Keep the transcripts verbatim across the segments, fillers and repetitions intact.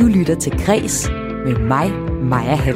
Du lytter til Kres med mig, Maja Hall.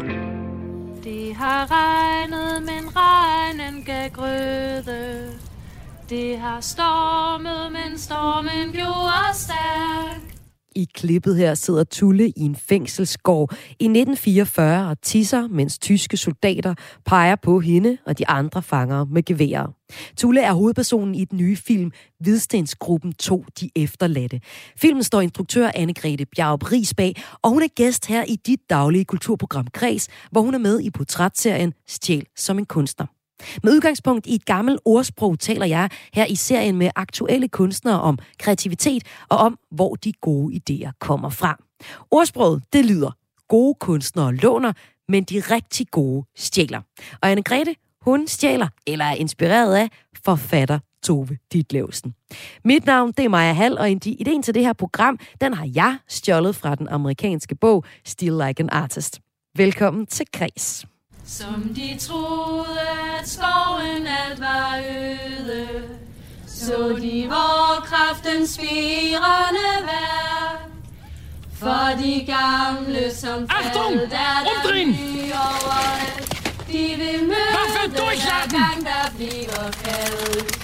Det har regnet, men regnen gav grøde. Det har stormet, men stormen gjorde stærk. I klippet her sidder Tulle i en fængselsgård i nitten fireogfyrre og tisser, mens tyske soldater peger på hende og de andre fanger med geværer. Tulle er hovedpersonen i den nye film Hvidstensgruppen to, de efterladte. Filmen står instruktør Anne-Grethe Bjarup Riis bag, og hun er gæst her i dit daglige kulturprogram Kres, hvor hun er med i portrætserien Stjæl som en kunstner. Med udgangspunkt i et gammelt ordsprog taler jeg her i serien med aktuelle kunstnere om kreativitet og om, hvor de gode idéer kommer fra. Ordsproget, det lyder: gode kunstnere låner, men de rigtig gode stjæler. Og Anne-Grethe, hun stjæler, eller er inspireret af, forfatter Tove Ditlevsen. Mit navn, det er Maja Hall, og ideen til det her program, den har jeg stjålet fra den amerikanske bog Steal Like an Artist. Velkommen til Kres. Som de troede, at skoven alt var øde, så de vor kraftens spirende værk. For de gamle, som faldt, er der ny overalt. De vil møde hver gang, der bliver kaldt.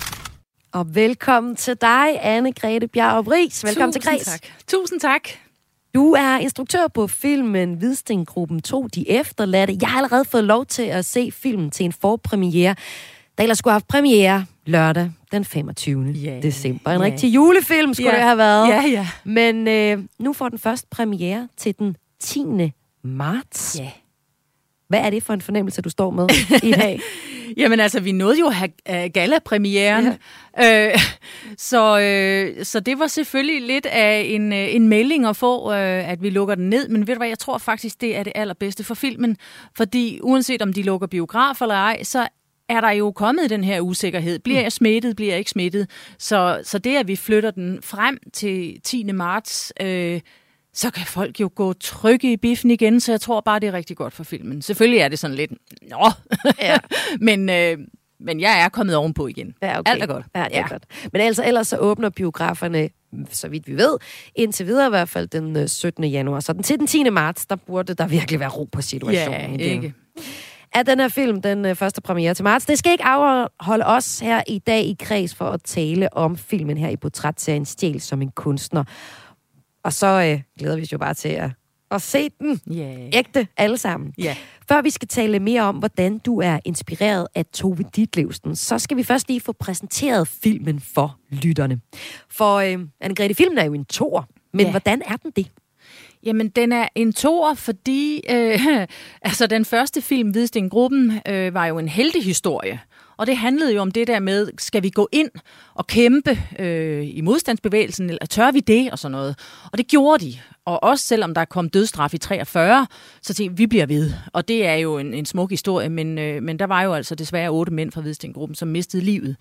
Og velkommen til dig, Anne-Grethe Bjarup Riis. Velkommen Tusind til Kres. Tak. Tusind tak. Du er instruktør på filmen Hvidstengruppen to, de efterladte. Jeg har allerede fået lov til at se filmen til en forpremiere, der ellers skulle have haft premiere lørdag den femogtyvende Yeah, december. En yeah. rigtig julefilm skulle Yeah. det have været. Ja, ja. Men øh, nu får den først premiere til den tiende marts. Ja. Hvad er det for en fornemmelse, du står med i dag? Jamen altså, vi nåede jo at have uh, gala-premieren, ja. øh, så, øh, så det var selvfølgelig lidt af en, øh, en melding at få, øh, at vi lukker den ned. Men ved du hvad, jeg tror faktisk, det er det allerbedste for filmen, fordi uanset om de lukker biograf eller ej, så er der jo kommet den her usikkerhed. Bliver jeg smittet, bliver jeg ikke smittet? Så, så det, at vi flytter den frem til tiende marts, øh, så kan folk jo gå trygge i biffen igen, så jeg tror bare, det er rigtig godt for filmen. Selvfølgelig er det sådan lidt, nå, ja. men, øh, men jeg er kommet ovenpå igen. Ja, okay. Alt er godt. Ja, det er Ja. godt. Men altså, ellers så åbner biograferne, så vidt vi ved, indtil videre i hvert fald den syttende januar. Så den til den tiende marts, der burde der virkelig være ro på situationen. Ja, igen. ikke. At den her film, den øh, første premiere til marts, det skal ikke afholde os her i dag i Kres for at tale om filmen her i portrætserien Stjæl som en kunstner. Og så øh, glæder vi os jo bare til at, at se den Yeah. ægte alle sammen. Ja. Før vi skal tale mere om, hvordan du er inspireret af Tove Ditlevsen, så skal vi først lige få præsenteret filmen for lytterne. For øh, Anne-Grethe, filmen er jo en toer, men Ja. hvordan er den det? Jamen, den er en toer, fordi øh, altså, den første film, Hvidstengruppen, øh, var jo en heltehistorie. Og det handlede jo om det der med, skal vi gå ind og kæmpe øh, i modstandsbevægelsen, eller tør vi det, og sådan noget. Og det gjorde de. Og også selvom der kom dødsstraf i treogfyrre, så tænkte vi, vi bliver ved. Og det er jo en, en smuk historie, men, øh, men der var jo altså desværre otte mænd fra Hvidstengruppen, som mistede livet.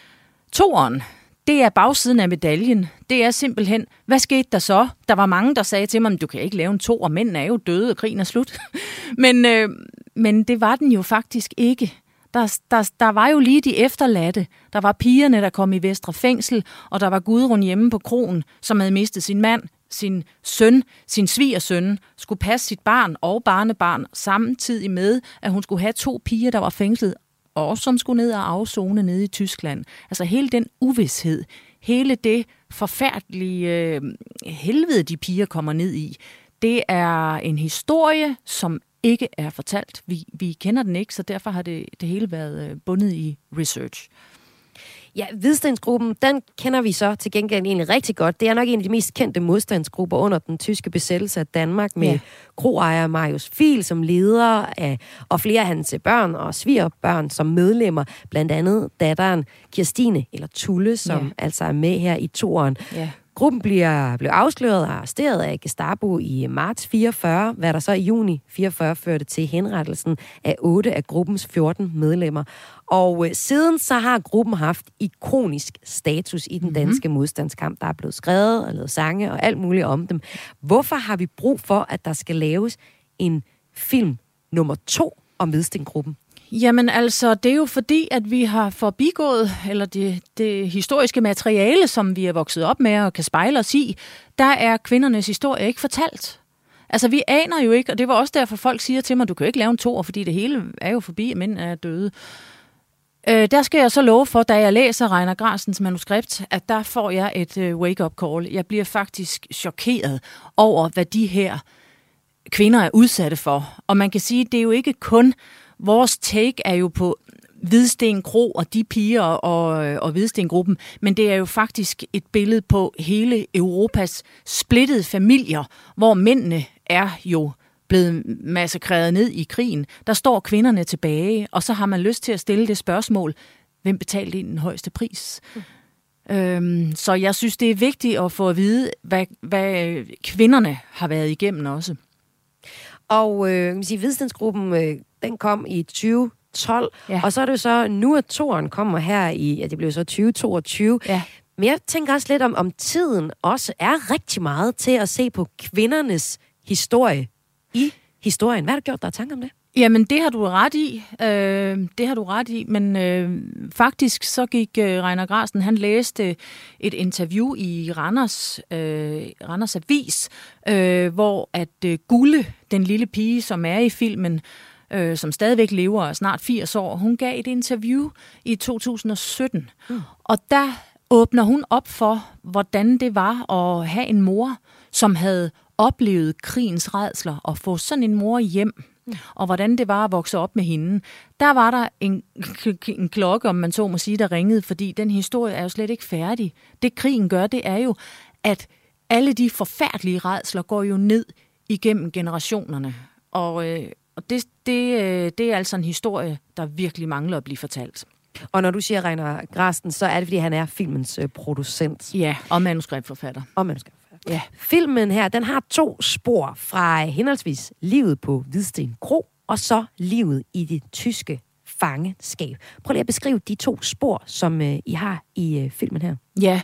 Toeren, det er bagsiden af medaljen. Det er simpelthen, hvad skete der så? Der var mange, der sagde til mig, du kan ikke lave en toer, mændene er jo døde, og krigen er slut. men, øh, men det var den jo faktisk ikke. Der, der, der var jo lige de efterladte. Der var pigerne, der kom i Vestre Fængsel, og der var Gudrun hjemme på kroen, som havde mistet sin mand, sin søn, sin svigersøn, skulle passe sit barn og barnebarn samtidig med, at hun skulle have to piger, der var fængslet, og som skulle ned og afzone nede i Tyskland. Altså hele den uvished, hele det forfærdelige øh, helvede, de piger kommer ned i, det er en historie, som ikke er fortalt. Vi, vi kender den ikke, så derfor har det, det hele været bundet i research. Ja, Hvidstensgruppen, den kender vi så til gengæld egentlig rigtig godt. Det er nok en af de mest kendte modstandsgrupper under den tyske besættelse af Danmark, med ja. kroejer Marius Fiel som leder af, og flere af hans børn og svigerbørn som medlemmer. Blandt andet datteren Kirstine, eller Tulle, som ja. altså er med her i toeren. Ja. Gruppen bliver, blev afsløret og arresteret af Gestapo i marts fireogfyrre, hvad der så i juni fireogfyrre førte til henrettelsen af otte af gruppens fjorten medlemmer. Og øh, siden så har gruppen haft ikonisk status i den danske mm-hmm. modstandskamp. Der er blevet skrevet og lavet sange og alt muligt om dem. Hvorfor har vi brug for, at der skal laves en film nummer to om Hvidstengruppen? Jamen altså, det er jo fordi, at vi har forbigået, eller det, det historiske materiale, som vi er vokset op med og kan spejle os i, der er kvindernes historie ikke fortalt. Altså, vi aner jo ikke, og det var også derfor, folk siger til mig, du kan jo ikke lave en toer, fordi det hele er jo forbi, at mænd er døde. Øh, der skal jeg så love for, da jeg læser Regner Grarsens manuskript, at der får jeg et uh, wake-up call. Jeg bliver faktisk chokeret over, hvad de her kvinder er udsatte for. Og man kan sige, det er jo ikke kun, vores take er jo på Hvidsten Kro og de piger og, og Hvidsten-gruppen, men det er jo faktisk et billede på hele Europas splittede familier, hvor mændene er jo blevet massakreret ned i krigen. Der står kvinderne tilbage, og så har man lyst til at stille det spørgsmål, hvem betalte den højeste pris? Mm. Øhm, så jeg synes, det er vigtigt at få at vide, hvad, hvad kvinderne har været igennem også. Og øh, man sige, Hvidstensgruppen, øh, den kom i tyve tolv, ja. Og så er det jo så, nu at toeren kommer her i, ja, det bliver så tyve toogtyve. Ja. Men jeg tænker også lidt om, om tiden også er rigtig meget til at se på kvindernes historie i historien. Hvad har du gjort dig tanker om det? Jamen, det har du ret i. Øh, det har du ret i, men øh, faktisk så gik øh, Regner Grarsen, han læste et interview i Randers, øh, Randers Avis, øh, hvor at øh, Gulle, den lille pige, som er i filmen, øh, som stadigvæk lever og snart firs år, hun gav et interview i to tusind og sytten. Mm. Og der åbner hun op for, hvordan det var at have en mor, som havde oplevet krigens rædsler og få sådan en mor hjem. Mm. Og hvordan det var at vokse op med hende. Der var der en, en klokke, om man så må sige, der ringede, fordi den historie er jo slet ikke færdig. Det krigen gør, det er jo, at alle de forfærdelige rædsler går jo ned igennem generationerne. Og, øh, og det, det, øh, det er altså en historie, der virkelig mangler at blive fortalt. Og når du siger Regner Grarsen, så er det, fordi han er filmens øh, producent. Ja, og manuskriptforfatter. Og manuskriptforfatter. Ja. Filmen her, den har to spor fra henholdsvis livet på Hvidsten Kro, og så livet i det tyske fangenskab. Prøv lige at beskrive de to spor, som øh, I har i øh, filmen her. Ja,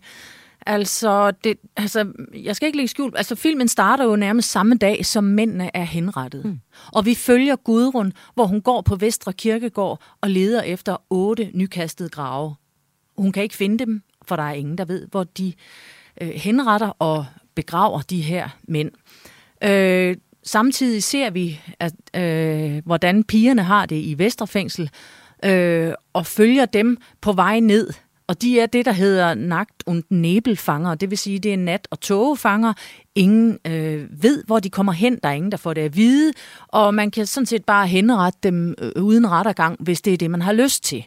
altså, det, altså, jeg skal ikke lægge skjul. Altså, filmen starter jo nærmest samme dag, som mændene er henrettet. Mm. Og vi følger Gudrun, hvor hun går på Vestre Kirkegård og leder efter otte nykastede grave. Hun kan ikke finde dem, for der er ingen, der ved, hvor de øh, henretter og begraver de her mænd. Øh, samtidig ser vi, at, øh, hvordan pigerne har det i Vesterfængsel, øh, og følger dem på vej ned. Og de er det, der hedder Nacht- und Nebelfanger, det vil sige, det er nat- og tågefanger. Ingen øh, ved, hvor de kommer hen, der er ingen, der får det at vide, og man kan sådan set bare henrette dem øh, uden rettergang, hvis det er det, man har lyst til.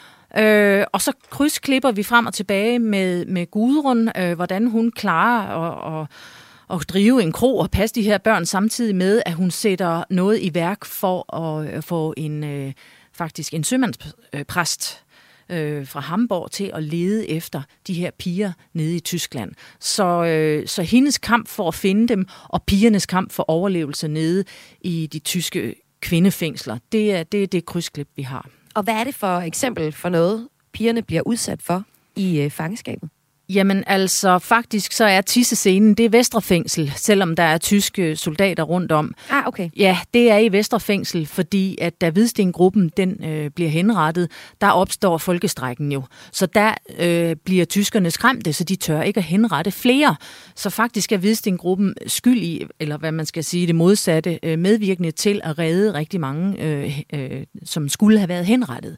Øh, og så krydsklipper vi frem og tilbage med, med Gudrun, øh, hvordan hun klarer at, at, at drive en kro og passe de her børn, samtidig med, at hun sætter noget i værk for at få en, øh, faktisk en sømandspræst øh, fra Hamburg til at lede efter de her piger nede i Tyskland. Så, øh, så hendes kamp for at finde dem, og pigernes kamp for overlevelse nede i de tyske kvindefængsler, det er det, er det krydsklip, vi har. Og hvad er det for eksempel for noget, pigerne bliver udsat for i øh, fangeskabet? Jamen altså, faktisk så er Tissescenen, det er Vesterfængsel, selvom der er tyske soldater rundt om. Ah, okay. Ja, det er i Vesterfængsel, fordi at da Hvidsten-gruppen den øh, bliver henrettet, der opstår folkestrejken jo. Så der øh, bliver tyskerne skræmte, så de tør ikke at henrette flere. Så faktisk er Hvidsten-gruppen skyld i, eller hvad man skal sige, det modsatte, øh, medvirkende til at redde rigtig mange, øh, øh, som skulle have været henrettet.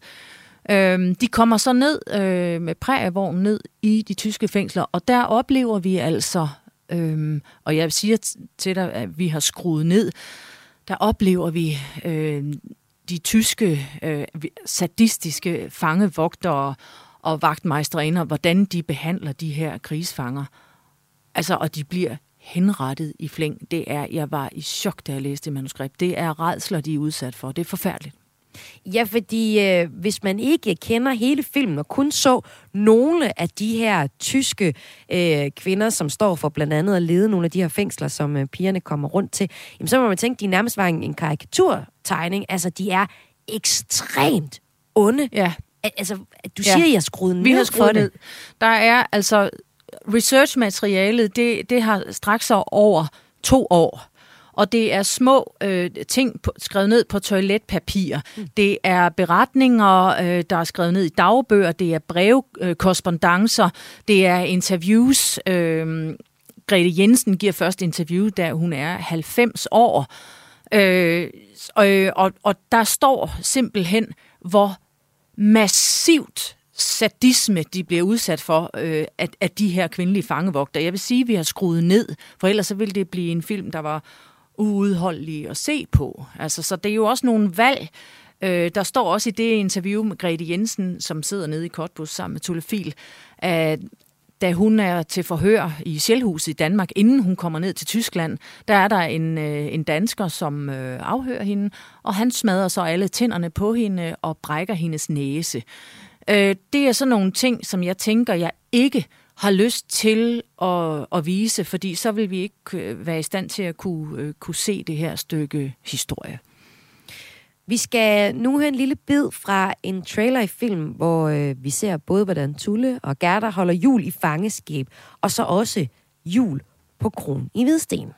Øh, de kommer så ned øh, med prægevognen ned i de tyske fængsler, og der oplever vi altså, øh, og jeg siger t- til dig, at vi har skruet ned, der oplever vi øh, de tyske øh, sadistiske fangevogtere og vagtmejsterinder, hvordan de behandler de her krigsfanger. Altså, og de bliver henrettet i flæng. Det er, jeg var i chok, da jeg læste det manuskript. Det er rædsler, de er udsat for. Det er forfærdeligt. Ja, fordi øh, hvis man ikke kender hele filmen og kun så nogle af de her tyske øh, kvinder, som står for blandt andet at lede nogle af de her fængsler, som øh, pigerne kommer rundt til, jamen, så må man tænke, at de nærmest var en, en karikaturtegning. Altså, de er ekstremt onde. Ja. Altså, du siger, ja. at I har skruet ned Vi har skruet for det. Ned. Der er altså researchmaterialet, det, det har strakt sig over to år. Og det er små øh, ting på, skrevet ned på toiletpapir. Mm. Det er beretninger, øh, der er skrevet ned i dagbøger. Det er brevkorrespondancer. Øh, det er interviews. Øh, Grete Jensen giver først interview, da hun er halvfems år. Øh, og, og, og der står simpelthen, hvor massivt sadisme, de bliver udsat for øh, at, at de her kvindelige fangevogtere. Jeg vil sige, at vi har skruet ned, for ellers så ville det blive en film, der var uudholdelig at se på. Altså, så det er jo også nogle valg. Øh, der står også i det interview med Grete Jensen, som sidder nede i Cottbus sammen med Tulle Fiel, at da hun er til forhør i Sjælhuset i Danmark, inden hun kommer ned til Tyskland, der er der en, øh, en dansker, som øh, afhører hende, og han smadrer så alle tænderne på hende og brækker hendes næse. Øh, det er sådan nogle ting, som jeg tænker, jeg ikke har lyst til at, at vise, fordi så vil vi ikke være i stand til at kunne, øh, kunne se det her stykke historie. Vi skal nu høre en lille bid fra en trailer i film, hvor øh, vi ser både, hvordan Tulle og Gerda holder jul i fangeskab, og så også jul på Kron i Hvidsten.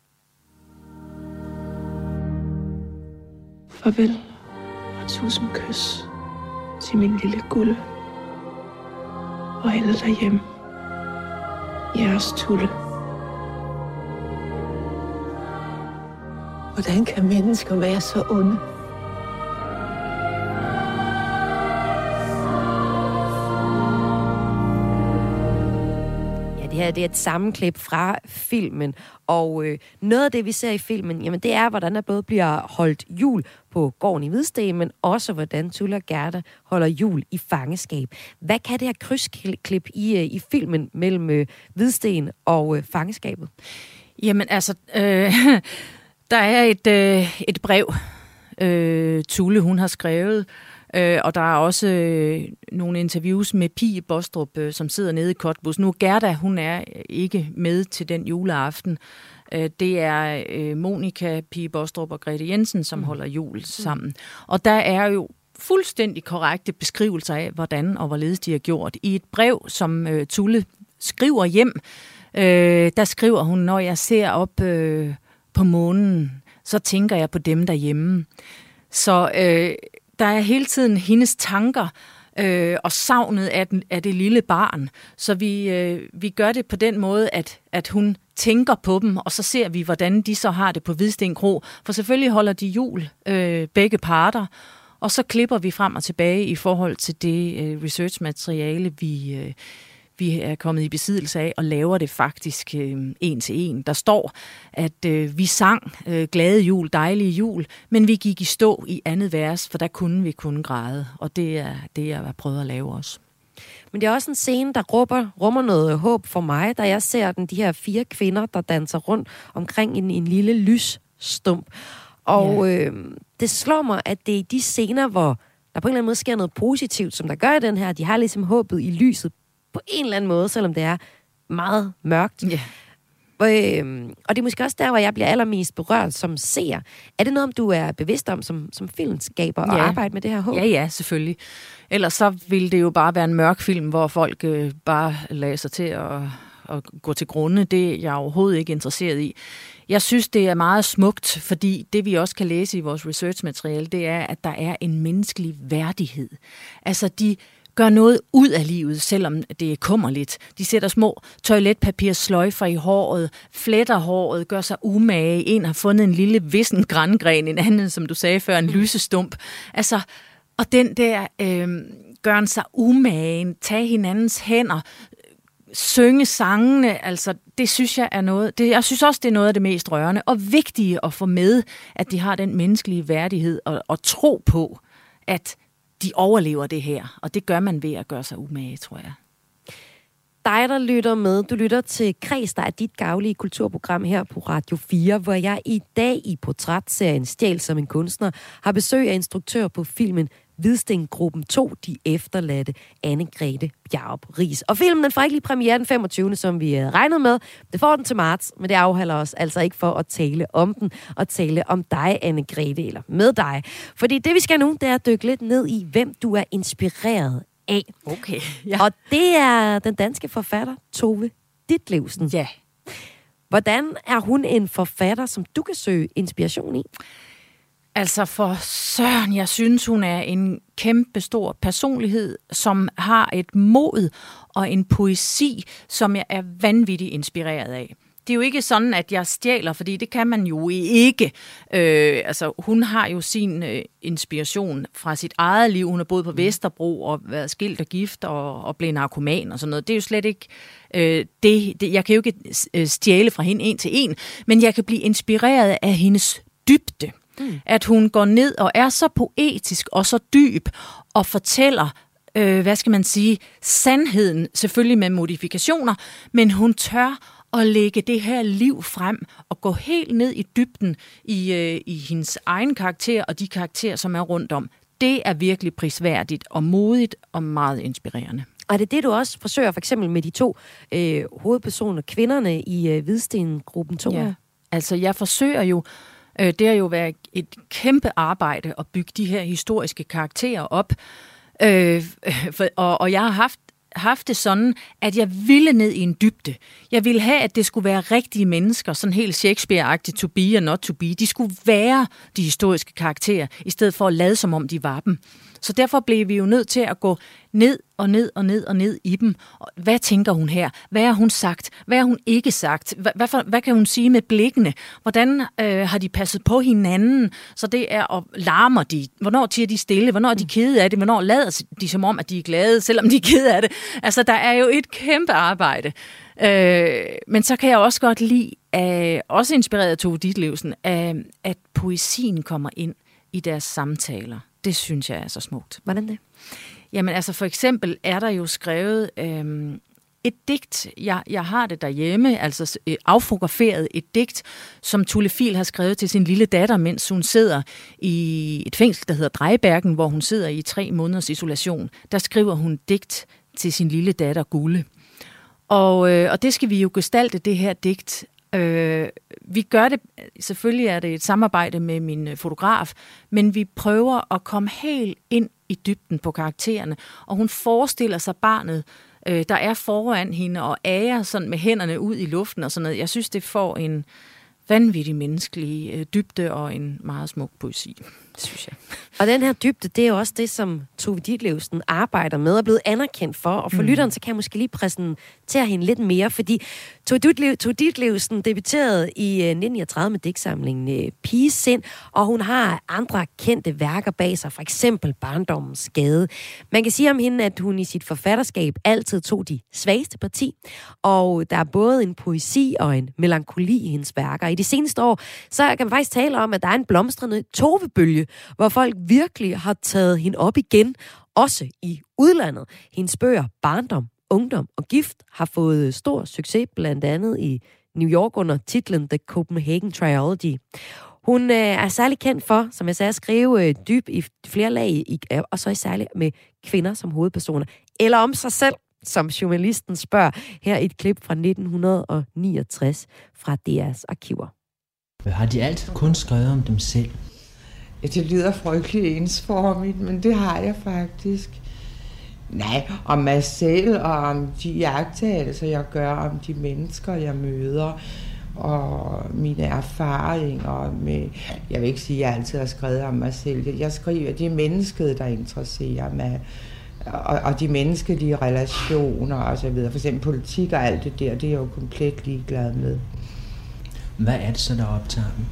Farvel og tusind kys til min lille Gulle og alle derhjemme. Jeres Tulle. Hvordan kan mennesker være så onde? Det her det er et sammenklip fra filmen, og øh, noget af det, vi ser i filmen, jamen det er, hvordan der både bliver holdt jul på gården i Hvidsten, men også hvordan Tulle og Gerda holder jul i fangeskab. Hvad kan det her krydsklip i, øh, i filmen mellem øh, Hvidsten og øh, fangeskabet? Jamen altså, øh, der er et, øh, et brev, øh, Tulle hun har skrevet, Øh, og der er også øh, nogle interviews med Pie Bostrup, øh, som sidder nede i Cottbus. Nu Gerda, hun er ikke med til den juleaften. Øh, det er øh, Monika, Pie Bostrup og Grete Jensen, som mm. holder jul sammen. Og der er jo fuldstændig korrekte beskrivelser af, hvordan og hvorledes de har gjort. I et brev, som øh, Tulle skriver hjem, øh, der skriver hun, når jeg ser op øh, på månen, så tænker jeg på dem derhjemme. Så øh, der er hele tiden hendes tanker øh, og savnet af, den, af det lille barn. Så vi, øh, vi gør det på den måde, at, at hun tænker på dem, og så ser vi, hvordan de så har det på Hvidsten Kro. For selvfølgelig holder de jul, øh, begge parter, og så klipper vi frem og tilbage i forhold til det øh, researchmateriale, vi, øh, vi er kommet i besiddelse af, og laver det faktisk øh, en til en. Der står, at øh, vi sang øh, glade jul, dejlige jul, men vi gik i stå i andet vers, for der kunne vi kun græde, og det er det, jeg har prøvet at lave også. Men det er også en scene, der rummer, rummer noget håb for mig, da jeg ser den, de her fire kvinder, der danser rundt omkring en, en lille lysstump. Og ja. øh, det slår mig, at det er de scener, hvor der på en eller anden måde sker noget positivt, som der gør i den her. De har ligesom håbet i lyset på en eller anden måde, selvom det er meget mørkt. Ja. Og, øh, og det er måske også der, hvor jeg bliver allermest berørt som seer. Er det noget, du er bevidst om som, som filmskaber at ja. arbejde med det her håb? Ja, ja, selvfølgelig. Ellers så ville det jo bare være en mørk film, hvor folk øh, bare lader sig til at, at gå til grunde. Det er jeg overhovedet ikke interesseret i. Jeg synes, det er meget smukt, fordi det vi også kan læse i vores researchmateriale, det er, at der er en menneskelig værdighed. Altså, de gør noget ud af livet, selvom det er kummerligt. De sætter små toiletpapirsløjfer i håret, fletter håret, gør sig umage. En har fundet en lille vissen grangren, en anden, som du sagde før, en lysestump. Altså, og den der øh, gør sig umage, tage hinandens hænder, synge sangene, altså det synes jeg er noget, det, jeg synes også, det er noget af det mest rørende og vigtige at få med, at de har den menneskelige værdighed og, og tro på, at de overlever det her, og det gør man ved at gøre sig umage, tror jeg. Dig, der lytter med, du lytter til Kreds, der er dit gavlige kulturprogram her på Radio fire, hvor jeg i dag i portrætserien Stjæl som en kunstner har besøg af instruktør på filmen Hvidsten-gruppen to, De efterladte, Anne-Grethe Bjarup Riis. Og filmen den får ikke lige premiere den femogtyvende som vi regnede med. Det får den til marts, men det afholder os altså ikke for at tale om den og tale om dig, Anne-Grethe, eller med dig. Fordi det, vi skal nu, det er at dykke lidt ned i, hvem du er inspireret af. Okay, ja. Og det er den danske forfatter Tove Ditlevsen. Ja. Hvordan er hun en forfatter, som du kan søge inspiration i? Altså for søren, jeg synes, hun er en kæmpe stor personlighed, som har et mod og en poesi, som jeg er vanvittigt inspireret af. Det er jo ikke sådan, at jeg stjæler, fordi det kan man jo ikke. Øh, altså, hun har jo sin øh, inspiration fra sit eget liv. Hun har boet på Vesterbro og været skilt og gift og, og blevet narkoman og sådan noget. Det er jo slet ikke øh, det, det. Jeg kan jo ikke stjæle fra hende en til en, men jeg kan blive inspireret af hendes dybde. Mm. At hun går ned og er så poetisk og så dyb og fortæller, øh, hvad skal man sige, sandheden, selvfølgelig med modifikationer, men hun tør at lægge det her liv frem og gå helt ned i dybden i, øh, i hendes egen karakter og de karakterer, som er rundt om. Det er virkelig prisværdigt og modigt og meget inspirerende. Og det er det, du også forsøger, for eksempel med de to øh, hovedpersoner, kvinderne i øh, Hvidsten-gruppen to? Ja, altså jeg forsøger jo, øh, det har jo været et kæmpe arbejde at bygge de her historiske karakterer op. Øh, for, og, og jeg har haft haft det sådan, at jeg ville ned i en dybde. Jeg ville have, at det skulle være rigtige mennesker, sådan helt Shakespeare-agtigt, to be and not to be. De skulle være de historiske karakterer, i stedet for at lade som om de var dem. Så derfor blev vi jo nødt til at gå ned og ned og ned og ned i dem. Hvad tænker hun her? Hvad har hun sagt? Hvad har hun ikke sagt? Hvad, hvad, for, hvad kan hun sige med blikkene? Hvordan øh, har de passet på hinanden? Så det er, og larmer de? Hvornår tiger de stille? Hvornår er de kede af det? Hvornår lader de som om, at de er glade, selvom de er kede af det? Altså, der er jo et kæmpe arbejde. Øh, men så kan jeg også godt lide, øh, også inspireret af Tove Ditlevsen, øh, at poesien kommer ind i deres samtaler. Det synes jeg er så smukt. Hvordan det? Jamen altså for eksempel er der jo skrevet øhm, et digt, jeg, jeg har det derhjemme, altså øh, affotograferet et digt, som Tulle Fiel har skrevet til sin lille datter, mens hun sidder i et fængsel, der hedder Drejbergen, hvor hun sidder i tre måneders isolation. Der skriver hun digt til sin lille datter Gulle. Og, øh, og det skal vi jo gestalte, det her digt. Øh, vi gør det, selvfølgelig er det et samarbejde med min fotograf, men vi prøver at komme helt ind i dybden på karaktererne, og hun forestiller sig barnet, øh, der er foran hende og ærer sådan med hænderne ud i luften og sådan noget. Jeg synes, det får en vanvittig menneskelig øh, dybde og en meget smuk poesi, synes jeg. Og den her dybde, det er jo også det, som Tove Ditlevsen arbejder med og er blevet anerkendt for. Og for mm. lytteren, så kan jeg måske lige præsentere hende lidt mere, fordi Tove Ditlevsen debuterede i nitten niogtredive med digtsamlingen Pigesind, og hun har andre kendte værker bag sig, for eksempel Barndommens Gade. Man kan sige om hende, at hun i sit forfatterskab altid tog de svageste parti, og der er både en poesi og en melankoli i hendes værker. I de seneste år, så kan man faktisk tale om, at der er en blomstrende Tove-bølge, hvor folk virkelig har taget hende op igen, også i udlandet. Hendes bøger Barndom, Ungdom og Gift har fået stor succes, blandt andet i New York under titlen The Copenhagen Trilogy. Hun øh, er særlig kendt for, som jeg sagde, at skrive øh, dyb i flere lag, i, øh, og så særligt med kvinder som hovedpersoner, eller om sig selv, som journalisten spørger her i et klip fra nitten niogtres fra D R's arkiver. Har de altid kun skrevet om dem selv? Ja, det lyder frygteligt ensformigt, men det har jeg faktisk. Nej, om mig selv og om de iagttagelser, jeg gør, om de mennesker, jeg møder, og mine erfaringer med, jeg vil ikke sige, at jeg altid har skrevet om mig selv. Jeg skriver, det er mennesket, der interesserer mig, og, og de menneskelige relationer og så videre. For eksempel politik og alt det der, det er jeg jo komplet ligeglad med. Hvad er det så, der optager dem?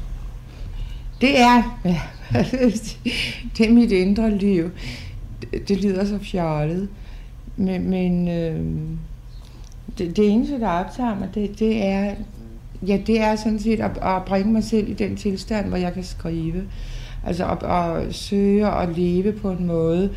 Det er, det er mit indre liv. Det, det lyder så fjollet, men, men øh, det, det eneste, der optager mig, det, det er, ja, det er sådan set at, at bringe mig selv i den tilstand, hvor jeg kan skrive. Altså at, at søge og leve på en måde,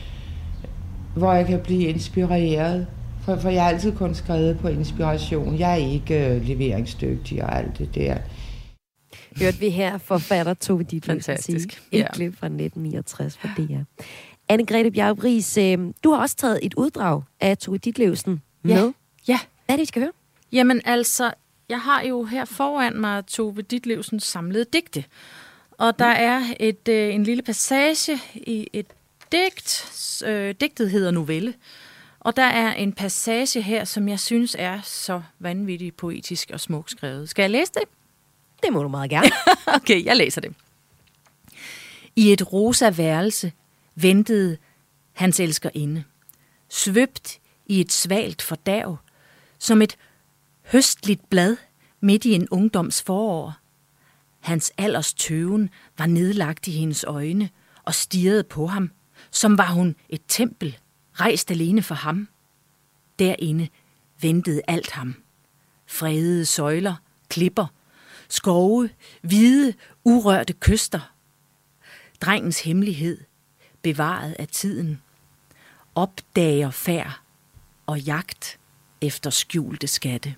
hvor jeg kan blive inspireret. For, for jeg har altid kun skrevet på inspiration. Jeg er ikke øh, leveringsdygtig og alt det der. Hørte vi her forfatter Tove Ditlevsen sige et ja. klip fra nitten niogtres fra D R. Anne-Grethe Bjarup Riis, øh, du har også taget et uddrag af Tove Ditlevsen med. Ja. ja. Hvad er det, vi skal høre? Jamen altså, jeg har jo her foran mig Tove Ditlevsens samlede digte. Og der er et, øh, en lille passage i et digt. Øh, digtet hedder Novelle. Og der er en passage her, som jeg synes er så vanvittigt poetisk og smukt skrevet. Skal jeg læse det? Det må du meget gerne. Okay, jeg læser det. I et rosa værelse ventede hans elskerinde, svøbt i et svalt fordærv, som et høstligt blad midt i en ungdoms forår. Hans alders tøven var nedlagt i hendes øjne og stirrede på ham, som var hun et tempel, rejst alene for ham. Derinde ventede alt ham. Fredede søjler, klipper, skove, hvide, urørte kyster. Drengens hemmelighed, bevaret af tiden. Opdager færd og jagt efter skjulte skatte.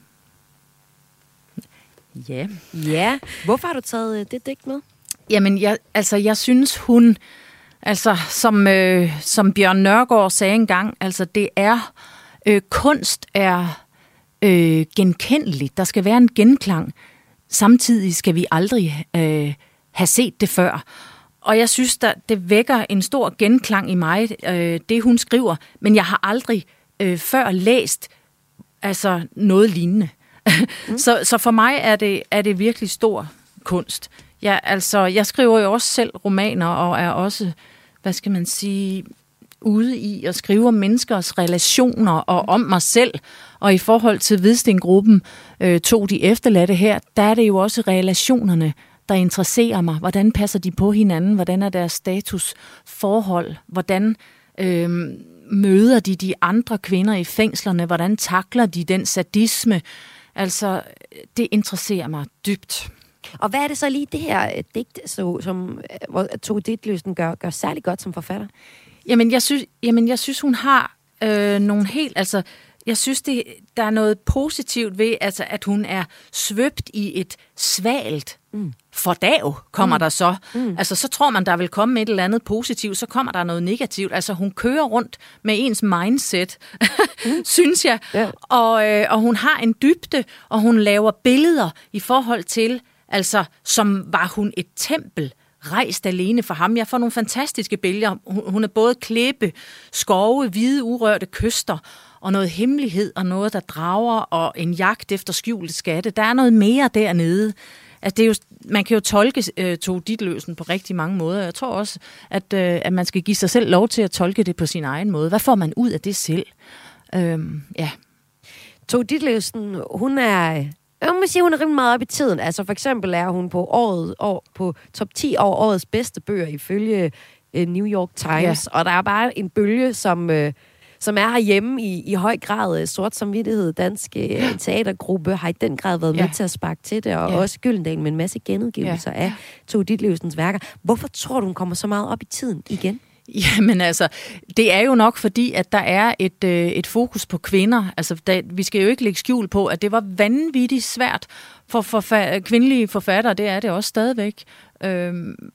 Ja. Ja. Hvorfor har du taget det digt med? Jamen, jeg, altså, jeg synes, hun... Altså, som, øh, som Bjørn Nørgaard sagde engang, altså, det er... Øh, kunst er øh, genkendeligt. Der skal være en genklang. Samtidig skal vi aldrig øh, have set det før. Og jeg synes, der, det vækker en stor genklang i mig, øh, det hun skriver. Men jeg har aldrig øh, før læst altså, noget lignende. Mm. så, så for mig er det, er det virkelig stor kunst. Ja, altså, jeg skriver jo også selv romaner, og er også, hvad skal man sige, ude i at skrive om menneskers relationer og om mig selv. Og i forhold til Hvidstengruppen, øh, to de efterladte her, der er det jo også relationerne, der interesserer mig. Hvordan passer de på hinanden? Hvordan er deres statusforhold? Hvordan øh, møder de de andre kvinder i fængslerne? Hvordan takler de den sadisme? Altså, det interesserer mig dybt. Og hvad er det så lige det her digt, så, som Tove Ditlevsen gør, gør særlig godt som forfatter? Jamen, jeg synes, jamen, jeg synes hun har øh, nogle helt... Altså, jeg synes, det, der er noget positivt ved, altså, at hun er svøbt i et svalt mm. fordærv, kommer mm. der så. Mm. Altså, så tror man, der vil komme et eller andet positivt, så kommer der noget negativt. Altså, hun kører rundt med ens mindset, mm. synes jeg. Yeah. Og, øh, og hun har en dybde, og hun laver billeder i forhold til, altså, som var hun et tempel, rejst alene for ham. Jeg får nogle fantastiske billeder. Hun er både klippe, skove, hvide, urørte kyster, og noget hemmelighed, og noget, der drager, og en jagt efter skjulte skatte. Der er noget mere dernede. Altså, det er jo, man kan jo tolke uh, Tove Ditlevsen på rigtig mange måder. Jeg tror også, at, uh, at man skal give sig selv lov til at tolke det på sin egen måde. Hvad får man ud af det selv? Øhm, ja. Tove Ditlevsen, hun er... Jeg må sige, hun er rimelig meget op i tiden. Altså for eksempel er hun på året år, på top ti over årets bedste bøger ifølge uh, New York Times. Ja. Og der er bare en bølge, som, uh, som er herhjemme i, i høj grad. Uh, Sort Samvittighed, dansk uh, teatergruppe, har i den grad været ja. med til at sparke til det. Og ja. også Gyldendal med en masse genudgivelser ja. af Tove Ditlevsens værker. Hvorfor tror du, hun kommer så meget op i tiden igen? Jamen altså, det er jo nok fordi, at der er et, øh, et fokus på kvinder. Altså, der, vi skal jo ikke lægge skjul på, at det var vanvittigt svært for forfa- kvindelige forfattere, det er det også stadigvæk, øh,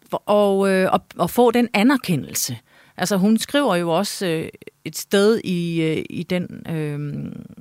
og, øh, at, at få den anerkendelse. Altså, hun skriver jo også øh, et sted i, øh, i den øh,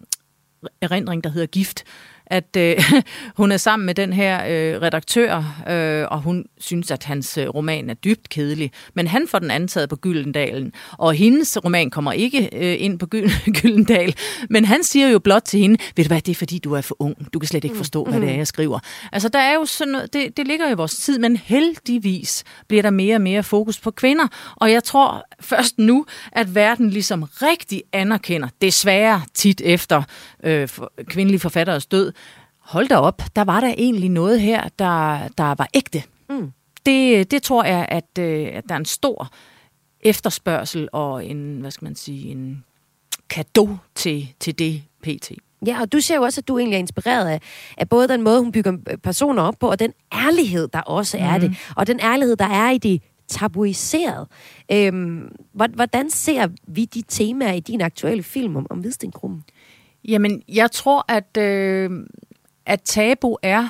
erindring, der hedder Gift, at øh, hun er sammen med den her øh, redaktør, øh, og hun synes, at hans øh, roman er dybt kedelig. Men han får den antaget på Gyldendalen, og hendes roman kommer ikke øh, ind på Gy- Gyldendal. Men han siger jo blot til hende, ved du hvad, det er fordi, du er for ung. Du kan slet ikke forstå, hvad det er, jeg skriver. Altså, der er jo sådan noget, det, det ligger jo i vores tid, men heldigvis bliver der mere og mere fokus på kvinder. Og jeg tror først nu, at verden ligesom rigtig anerkender, desværre tit efter øh, for, kvindelige forfatteres død, hold da op, der var der egentlig noget her, der, der var ægte. Mm. Det, det tror jeg, at, øh, at der er en stor efterspørgsel og en, hvad skal man sige, en cadeau til, til det P T. Ja, og du siger jo også, at du egentlig er inspireret af, af både den måde, hun bygger personer op på, og den ærlighed, der også mm. er det. Og den ærlighed, der er i det tabuiseret. Øhm, hvordan ser vi de temaer i din aktuelle film om, om Hvidstengruppen? Jamen, jeg tror, at, øh, at tabu er,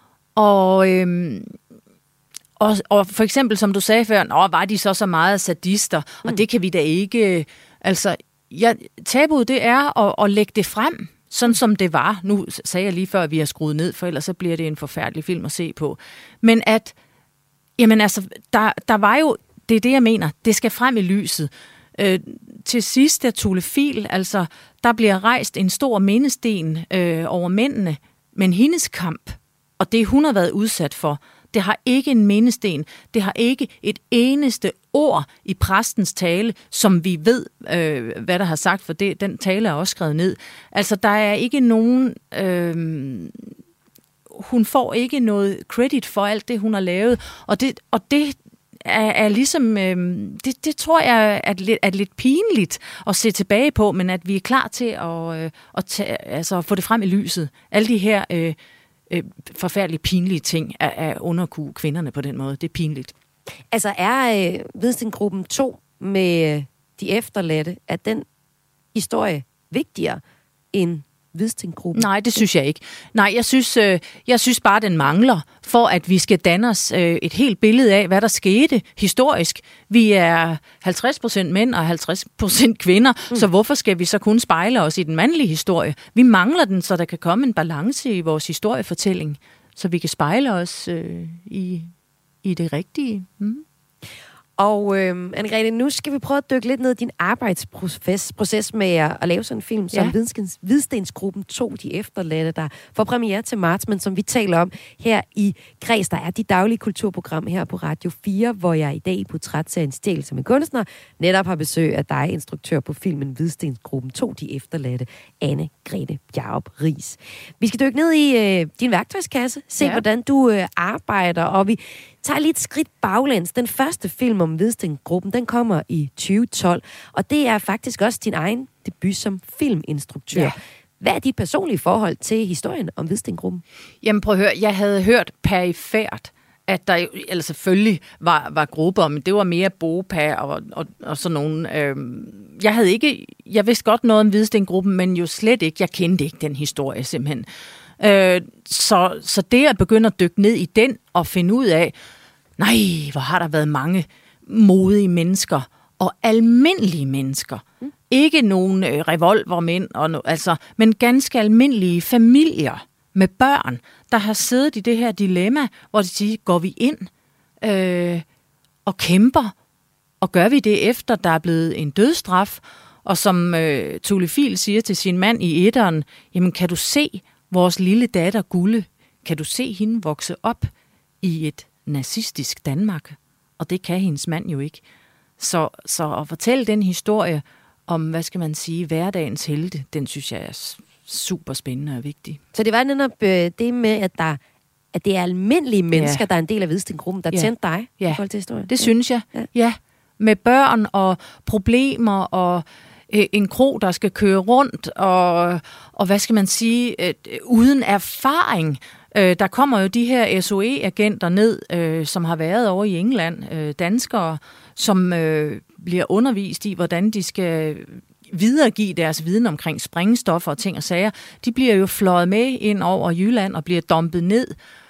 og, øh, og, og for eksempel, som du sagde før, nå, var de så så meget sadister, mm. og det kan vi da ikke... Altså, ja, tabuet, det er at, at lægge det frem, sådan som det var. Nu sagde jeg lige før, at vi har skruet ned, for ellers så bliver det en forfærdelig film at se på. Men at, jamen altså, der, der var jo, det er det, jeg mener, det skal frem i lyset. Øh, til sidst er Tule Fiel, altså der bliver rejst en stor mindesten øh, over mændene, men hendes kamp, og det hun har været udsat for, det har ikke en mindesten, det har ikke et eneste ord i præstens tale, som vi ved, øh, hvad der har sagt, for det, den tale er også skrevet ned. Altså der er ikke nogen... Øh, hun får ikke noget credit for alt det, hun har lavet, og det, og det er, er ligesom, øh, det, det tror jeg er lidt, er lidt pinligt at se tilbage på, men at vi er klar til at, øh, at tage, altså, få det frem i lyset. Alle de her øh, øh, forfærdelige, pinlige ting er, er underkue kvinderne på den måde. Det er pinligt. Altså er øh, Hvidstengruppen to med de efterladte, er den historie vigtigere end Hvidstengruppen? Nej, det synes jeg ikke. Nej, jeg synes, øh, jeg synes bare, den mangler, for at vi skal danne os øh, et helt billede af, hvad der skete historisk. Vi er halvtreds procent mænd og halvtreds procent kvinder, mm. så hvorfor skal vi så kun spejle os i den mandlige historie? Vi mangler den, så der kan komme en balance i vores historiefortælling, så vi kan spejle os øh, i, i det rigtige. Mm. Og øh, Anne-Grethe, nu skal vi prøve at dykke lidt ned i din arbejdsproces proces med at, at lave sådan en film som ja. Hvidstengruppen to, de efterladte, der får premiere til marts, men som vi taler om her i Græs, der er de daglige kulturprogram her på Radio fire, hvor jeg i dag i portrætserien Stjæl som en kunstner netop har besøg af dig, instruktør på filmen Hvidstengruppen to, de efterladte, Anne-Grethe Bjarup Riis. Vi skal dykke ned i øh, din værktøjskasse, se ja. hvordan du øh, arbejder, og vi tager lige et skridt baglæns. Den første film om Hvidstengruppen, den kommer i tyve tolv, og det er faktisk også din egen debut som filminstruktør. Ja. Hvad er dit personlige forhold til historien om Hvidstengruppen? Jamen prøv at høre, jeg havde hørt perifært, at der eller selvfølgelig var, var grupper, men det var mere BOPA og, og, og sådan nogle. Øhm, jeg havde ikke, jeg vidste godt noget om Hvidstengruppen, men jo slet ikke, jeg kendte ikke den historie simpelthen. Øh, så, så det at begynde at dykke ned i den og finde ud af, nej, hvor har der været mange modige mennesker og almindelige mennesker. Mm. Ikke nogen øh, revolvermænd, og no, altså, men ganske almindelige familier med børn, der har siddet i det her dilemma, hvor de siger, går vi ind øh, og kæmper, og gør vi det efter, der er blevet en dødsstraf, og som øh, Tule Fiel siger til sin mand i etteren, jamen kan du se vores lille datter Gulle, kan du se hende vokse op i et nazistisk Danmark? Og det kan hendes mand jo ikke. Så, så at fortælle den historie om, hvad skal man sige, hverdagens helte, den synes jeg er super spændende og vigtig. Så det var netop øh, det med, at, der, at det er almindelige mennesker, ja. der er en del af Hvidstengruppen, der ja. tændte dig ja. i forhold til historien? Det ja. synes jeg. Ja. ja. Med børn og problemer og øh, en kro, der skal køre rundt og, og hvad skal man sige, øh, uden erfaring. Øh, der kommer jo de her S O E-agenter ned, øh, som har været over i England, øh, danskere, som øh, bliver undervist i, hvordan de skal videregive deres viden omkring sprængstoffer og ting og sager. De bliver jo fløjet med ind over Jylland og bliver dumpet ned.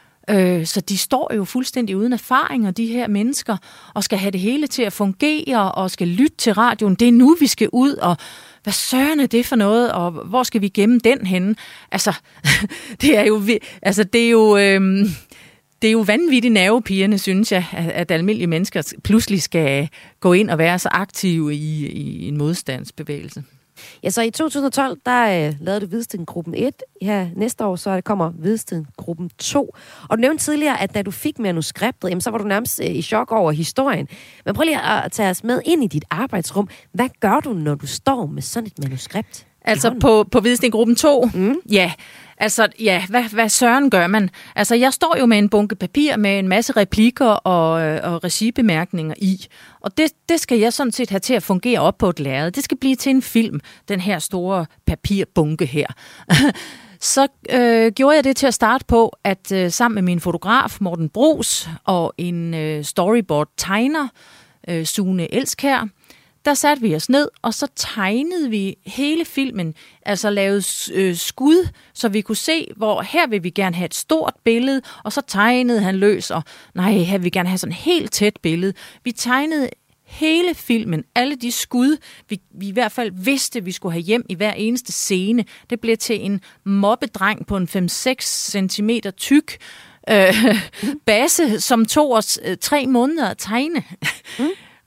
Øh, så de står jo fuldstændig uden erfaring, og de her mennesker, og skal have det hele til at fungere, og skal lytte til radioen. Det er nu, vi skal ud, og hvad søren er det for noget, og hvor skal vi gemme den henne? Altså, det er jo, altså, det er jo, øhm, det er jo vanvittigt nervepirrende, synes jeg, at, at almindelige mennesker pludselig skal gå ind og være så aktive i, i en modstandsbevægelse. Ja, så i to tusind og tolv, der øh, lavede du Hvidstengruppen et. Her næste år, så kommer Hvidstengruppen to. Og du nævnte tidligere, at da du fik manuskriptet, jamen, så var du nærmest øh, i chok over historien. Men prøv lige at tage os med ind i dit arbejdsrum. Hvad gør du, når du står med sådan et manuskript? Altså på, på Hvidstengruppen to? Mm. Ja, altså, ja, hvad, hvad søren gør man? Altså, jeg står jo med en bunke papir med en masse replikker og, og regibemærkninger i. Og det, det skal jeg sådan set have til at fungere op på et lærred. Det skal blive til en film, den her store papirbunke her. Så øh, gjorde jeg det til at starte på, at øh, sammen med min fotograf, Morten Bruus, og en øh, storyboard-tegner, øh, Sune Elskær, der satte vi os ned, og så tegnede vi hele filmen, altså lavede øh, skud, så vi kunne se, hvor her vil vi gerne have et stort billede, og så tegnede han løs, og nej, her vil vi gerne have sådan et helt tæt billede. Vi tegnede hele filmen, alle de skud, vi, vi i hvert fald vidste, vi skulle have hjem i hver eneste scene. Det blev til en mobbedreng på en fem til seks centimeter tyk øh, basse, som tog os øh, tre måneder at tegne. Mm.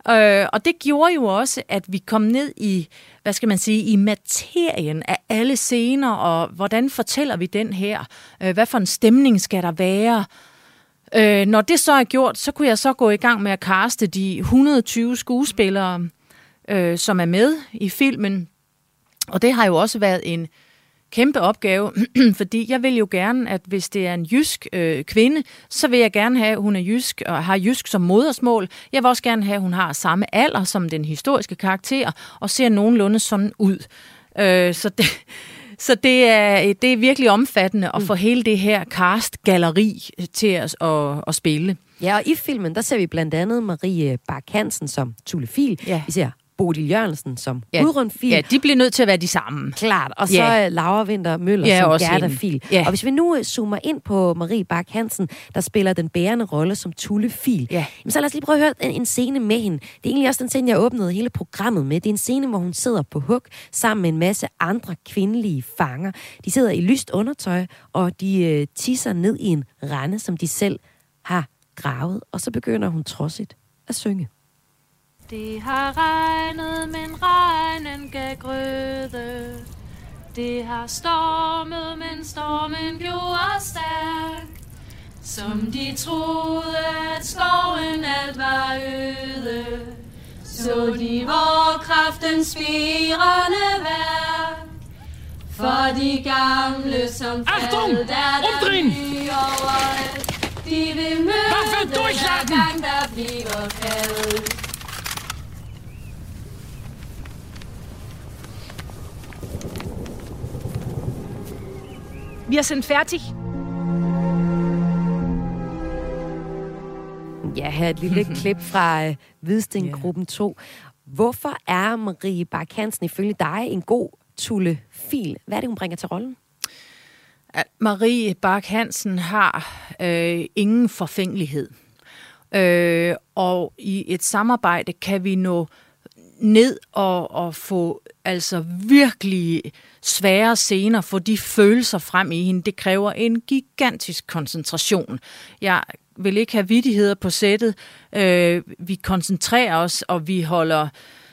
Øh, og det gjorde jo også, at vi kom ned i, hvad skal man sige, i materien af alle scener, og hvordan fortæller vi den her? Øh, hvad for en stemning skal der være? Øh, når det så er gjort, så kunne jeg så gå i gang med at caste de et hundrede og tyve skuespillere, øh, som er med i filmen. Og det har jo også været en kæmpe opgave, fordi jeg vil jo gerne, at hvis det er en jysk øh, kvinde, så vil jeg gerne have, at hun er jysk og har jysk som modersmål. Jeg vil også gerne have, at hun har samme alder som den historiske karakter, og ser nogenlunde sådan ud. Øh, så det, så det, er, det er virkelig omfattende at få hele det her cast-galleri til os at, at spille. Ja, og i filmen, der ser vi blandt andet Marie Bak-Hansen som Tulle Fil. Ja. Vi ser Bodil Jørgensen som Ja. Gudrun Fil. Ja, de bliver nødt til at være de samme. Klart. Og så Ja. Laura Winther Møller Ja, som også Gerda hende. Fil. Ja. Og hvis vi nu zoomer ind på Marie Bak-Hansen, der spiller den bærende rolle som Tulle Fil, Ja. så lad os lige prøve at høre en, en scene med hende. Det er egentlig også den scene, jeg åbnede hele programmet med. Det er en scene, hvor hun sidder på hug sammen med en masse andre kvindelige fanger. De sidder i lyst undertøj, og de øh, tisser ned i en rende, som de selv har gravet. Og så begynder hun trodsigt at synge. Det har regnet, men regnen gav grøde. Det har stormet, men stormen gjorde stærk. Som de troede, at skoven alt var øde, så de vor kraftens spirende værk. For de gamle, som faldt, der der by overalt. De vil møde, hver gang der bliver kaldt. Vi er sendt færdig. Ja, her er et lille klip fra uh, Hvidsten-gruppen to. Hvorfor er Marie Bak-Hansen ifølge dig en god Tulle Fil? Hvad er det, hun bringer til rollen? At Marie Bak-Hansen har øh, ingen forfængelighed. Øh, og i et samarbejde kan vi nå ned og, og få altså virkelig svære scener, få de følelser frem i hende. Det kræver en gigantisk koncentration. Jeg vil ikke have vittigheder på sættet. Øh, vi koncentrerer os, og vi holder,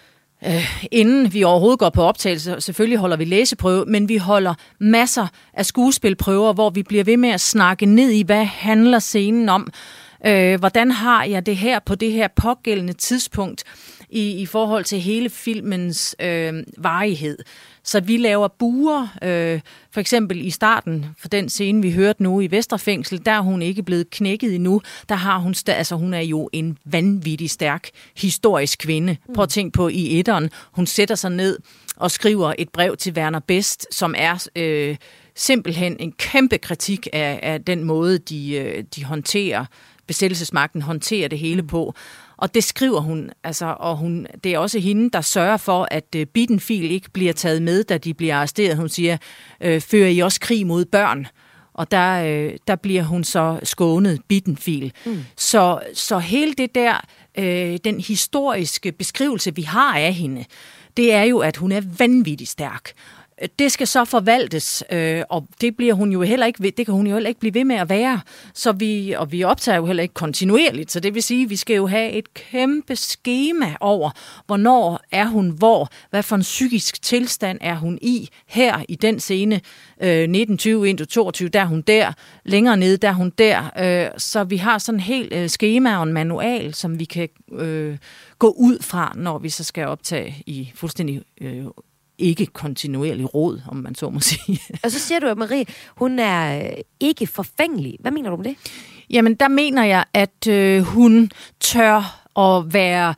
øh, inden vi overhovedet går på optagelse, selvfølgelig holder vi læseprøve, men vi holder masser af skuespilprøver, hvor vi bliver ved med at snakke ned i, hvad handler scenen om? Øh, hvordan har jeg det her på det her pågældende tidspunkt i, i forhold til hele filmens øh, varighed? Så vi laver buer, øh, for eksempel i starten for den scene, vi hørte nu i Vesterfængsel, der er hun ikke blevet knækket endnu. Der har hun, sta- altså hun er jo en vanvittig stærk historisk kvinde. Prøv at tænke på i etteren. Hun sætter sig ned og skriver et brev til Werner Best, som er øh, simpelthen en kæmpe kritik af, af den måde, de, øh, de håndterer, besættelsesmagten håndterer det hele på. Og det skriver hun, altså, og hun, det er også hende, der sørger for, at uh, Bittenfil ikke bliver taget med, da de bliver arresteret. Hun siger, øh, fører I også krig mod børn? Og der, øh, der bliver hun så skånet, Bittenfil. Mm. Så, så hele det der, øh, den historiske beskrivelse, vi har af hende, det er jo, at hun er vanvittigt stærk. Det skal så forvaltes, øh, og det bliver hun jo heller ikke, det kan hun jo heller ikke blive ved med at være. Så vi, og vi optager jo heller ikke kontinuerligt, så det vil sige, at vi skal jo have et kæmpe skema over, hvornår er hun hvor, hvad for en psykisk tilstand er hun i her i den scene, øh, nitten tyve indtil toogtyve, der er hun der, længere nede, der er hun der. Øh, så vi har sådan en helt øh, skema og en manual, som vi kan øh, gå ud fra, når vi så skal optage i fuldstændig øh, ikke kontinuerlig råd, om man så må sige. Og så siger du, at Marie, hun er ikke forfængelig. Hvad mener du om det? Jamen, der mener jeg, at øh, hun tør at være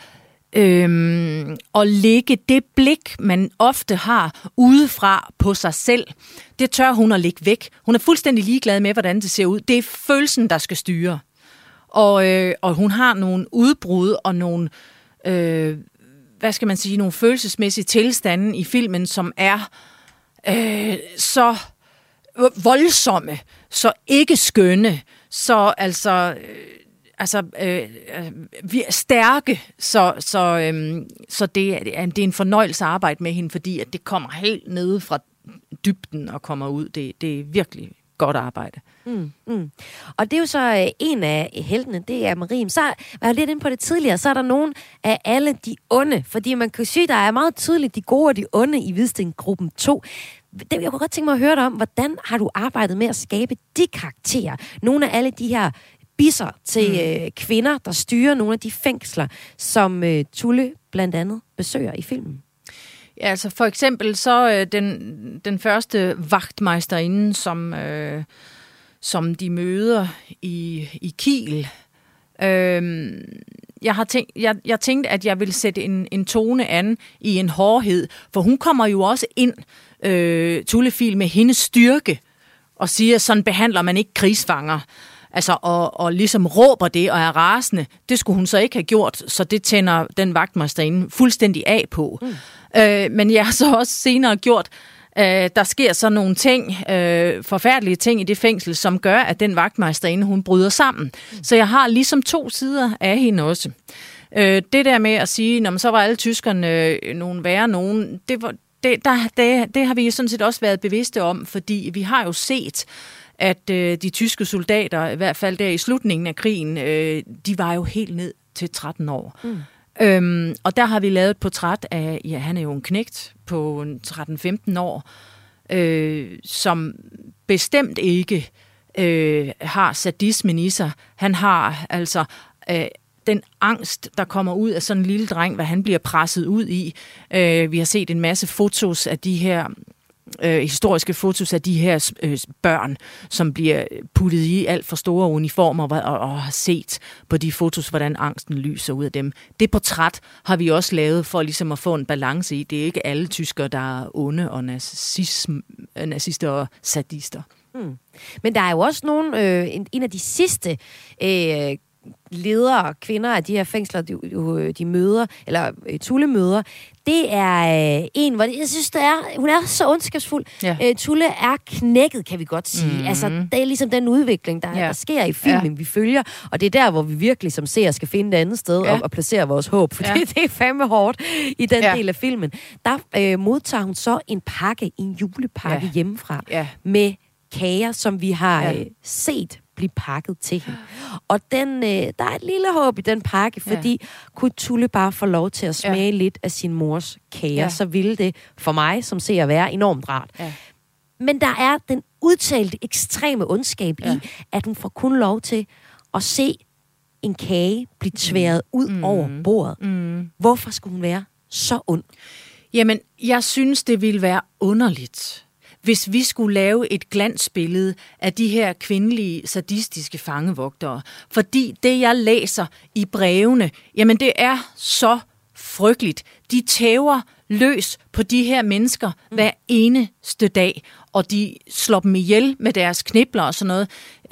øh, og lægge det blik, man ofte har udefra på sig selv. Det tør hun at lægge væk. Hun er fuldstændig ligeglad med, hvordan det ser ud. Det er følelsen, der skal styre. Og, øh, og hun har nogle udbrud og nogle Øh, hvad skal man sige, nogle følelsesmæssige tilstande i filmen, som er øh, så voldsomme, så ikke skønne, så altså, øh, altså øh, vi er stærke, så, så, øh, så det, er, det er en fornøjelse at arbejde med hende, fordi at det kommer helt nede fra dybden og kommer ud. Det, det er virkelig godt arbejde. Mm, mm. Og det er jo så øh, en af heltene, det er Marie. Så var jeg lidt inde på det tidligere, så er der nogen af alle de onde, fordi man kan sige, der er meget tydeligt de gode og de onde i Hvidstengruppen to. Det, jeg kunne godt tænke mig at høre dig om, hvordan har du arbejdet med at skabe de karakterer? Nogle af alle de her bisser til mm. øh, kvinder, der styrer nogle af de fængsler, som øh, Tulle blandt andet besøger i filmen. Ja, altså for eksempel så øh, den, den første vagtmeisterinde, som, øh, som de møder i, i Kiel. Øh, jeg, har tænkt, jeg, jeg tænkte, at jeg ville sætte en, en tone an i en hårdhed, for hun kommer jo også ind, øh, Tullefil, med hendes styrke, og siger, sådan behandler man ikke krigsfanger. Altså, og, og ligesom råber det og er rasende. Det skulle hun så ikke have gjort, så det tænder den vagtmesterinde fuldstændig af på. Mm. Øh, men jeg har så også senere gjort, øh, der sker så nogle ting, øh, forfærdelige ting i det fængsel, som gør, at den vagtmesterinde, hun bryder sammen. Mm. Så jeg har ligesom to sider af hende også. Øh, det der med at sige, når man så var alle tyskerne øh, nogle værre nogen, det, var, det, der, det, det har vi sådan set også været bevidste om, fordi vi har jo set, at øh, de tyske soldater, i hvert fald der i slutningen af krigen, øh, de var jo helt ned til tretten år. Mm. Øhm, og der har vi lavet et portræt af, ja, han er jo en knægt på tretten femten år, øh, som bestemt ikke øh, har sadismen i sig. Han har altså øh, den angst, der kommer ud af sådan en lille dreng, hvad han bliver presset ud i. Øh, vi har set en masse fotos af de her Øh, historiske fotos af de her øh, børn, som bliver puttet i alt for store uniformer, og, og, og har set på de fotos, hvordan angsten lyser ud af dem. Det portræt har vi også lavet for ligesom at få en balance i. Det er ikke alle tyskere, der er onde og nazism, nazister og sadister. Hmm. Men der er jo også nogen, øh, en, en af de sidste øh, ledere og kvinder af de her fængsler, de, de møder, eller Tulle møder, det er øh, en, hvor jeg synes, det er, hun er så ondskabsfuld. Ja. Øh, Tulle er knækket, kan vi godt sige. Mm. Altså, det er ligesom den udvikling, der, ja. der sker i filmen, ja. vi følger, og det er der, hvor vi virkelig som seer skal finde et andet sted ja. og, og placere vores håb, for ja. det, det er fandme hårdt i den ja. del af filmen. Der øh, modtager hun så en pakke, en julepakke ja. hjemmefra, ja. med kager, som vi har ja. øh, set blive pakket til hende. Og den, øh, der er et lille håb i den pakke, fordi ja. kunne Tulle bare få lov til at smage ja. lidt af sin mors kager, ja. så ville det for mig, som ser at være, enormt rart. Ja. Men der er den udtalte ekstreme ondskab ja. i, at hun får kun lov til at se en kage blive tværet ud mm. over bordet. Mm. Hvorfor skulle hun være så ond? Jamen, jeg synes, det ville være underligt, hvis vi skulle lave et glansbillede af de her kvindelige, sadistiske fangevogtere. Fordi det, jeg læser i brevene, jamen det er så frygteligt. De tæver løs på de her mennesker hver eneste dag, og de slår dem ihjel med deres knibler og sådan noget.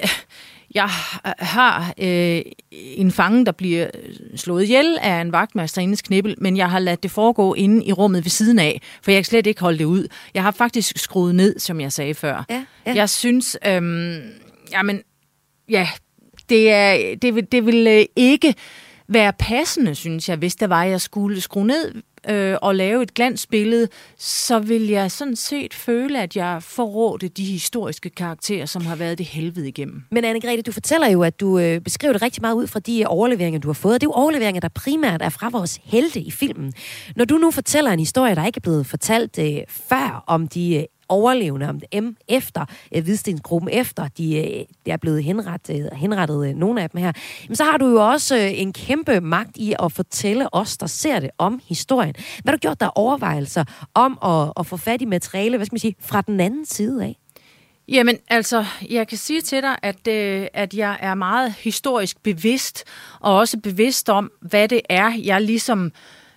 Jeg har øh, en fange, der bliver slået ihjel af en vagtmesterindes knibbel, men jeg har ladet det foregå inde i rummet ved siden af, for jeg kan slet ikke holde det ud. Jeg har faktisk skruet ned, som jeg sagde før. Ja, ja. Jeg synes, øh, jamen, ja, det, er, det, vil, det vil ikke være passende, synes jeg, hvis der var, jeg skulle skrue ned øh, og lave et glansbillede, så vil jeg sådan set føle, at jeg forrådte de historiske karakterer, som har været det helvede igennem. Men Anne-Grethe, du fortæller jo, at du øh, beskriver det rigtig meget ud fra de overleveringer, du har fået. Det er jo overleveringer, der primært er fra vores helte i filmen. Når du nu fortæller en historie, der ikke er blevet fortalt øh, før om de øh, overlevende, om dem efter øh, Hvidstengruppen, efter de, øh, de er blevet henrettet, henrettet øh, nogle af dem her, jamen, så har du jo også øh, en kæmpe magt i at fortælle os, der ser det, om historien. Hvad har du gjort der overvejelser om at, at få fat i materiale, hvad skal man sige, fra den anden side af? Jamen, altså, jeg kan sige til dig, at, øh, at jeg er meget historisk bevidst, og også bevidst om, hvad det er, jeg ligesom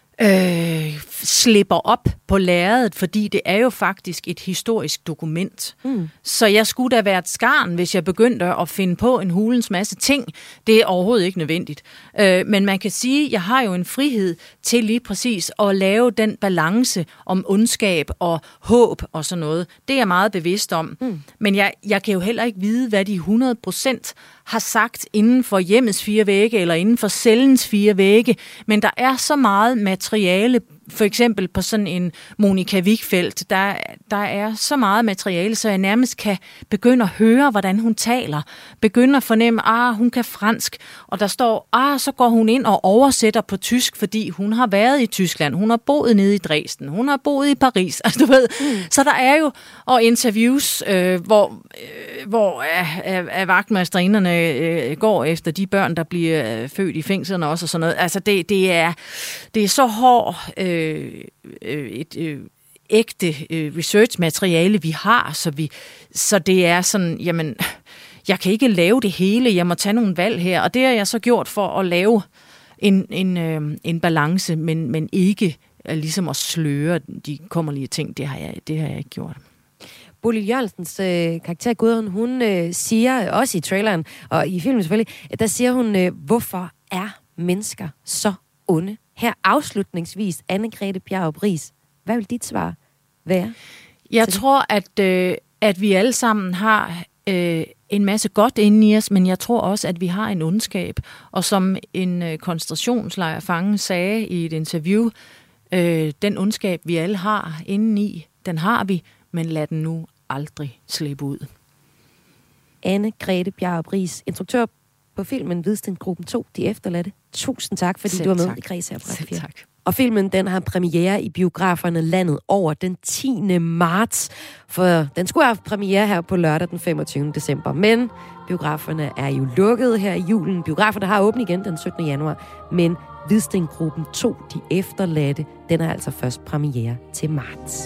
Øh, slipper op på lærredet, fordi det er jo faktisk et historisk dokument. Mm. Så jeg skulle da være et skarn, hvis jeg begyndte at finde på en hulens masse ting. Det er overhovedet ikke nødvendigt. Øh, men man kan sige, at jeg har jo en frihed til lige præcis at lave den balance om ondskab og håb og sådan noget. Det er jeg meget bevidst om. Mm. Men jeg, jeg kan jo heller ikke vide, hvad de hundrede procent har sagt inden for hjemmets fire vægge eller inden for cellens fire vægge. Men der er så meget materiale for eksempel på sådan en Monica Wigfeldt, der, der er så meget materiale, så jeg nærmest kan begynde at høre, hvordan hun taler. Begynde at fornemme, ah, hun kan fransk, og der står, ah, så går hun ind og oversætter på tysk, fordi hun har været i Tyskland, hun har boet nede i Dresden, hun har boet i Paris, altså du ved. Mm. Så der er jo, og interviews, øh, hvor, øh, hvor øh, øh, vagtmesterinderne øh, går efter de børn, der bliver øh, født i fængslerne også og sådan noget. Altså det, det, er, det er så hård øh, øh, et øh, ægte øh, research-materiale, vi har, så, vi, så det er sådan, jamen, jeg kan ikke lave det hele, jeg må tage nogle valg her, og det har jeg så gjort for at lave en, en, øh, en balance, men, men ikke øh, ligesom at sløre de kummerlige ting, det har jeg, det har jeg ikke gjort. Bodil Jørgensens øh, karakter Gudrun, hun øh, siger, også i traileren, og i filmen selvfølgelig, der siger hun, øh, hvorfor er mennesker så onde? Her afslutningsvis, Anne-Grethe Bjarup Riis. Hvad vil dit svar være? Jeg tror, at, øh, at vi alle sammen har øh, en masse godt inde i os, men jeg tror også, at vi har en ondskab. Og som en øh, koncentrationslejrfange sagde i et interview, øh, den ondskab, vi alle har indeni, den har vi, men lad den nu aldrig slippe ud. Anne-Grethe Bjarup Riis, instruktør på filmen Hvidstengruppen to, De Efterladte. Tusind tak, fordi Selv du var med tak. i Kreds her på Radio fire. Tak. Og filmen, den har premiere i biograferne landet over den tiende marts. For den skulle have haft premiere her på lørdag den femogtyvende december. Men biograferne er jo lukket her i julen. Biograferne har åbent igen den syttende januar. Men Hvidstengruppen to, De Efterladte, den er altså først premiere til marts.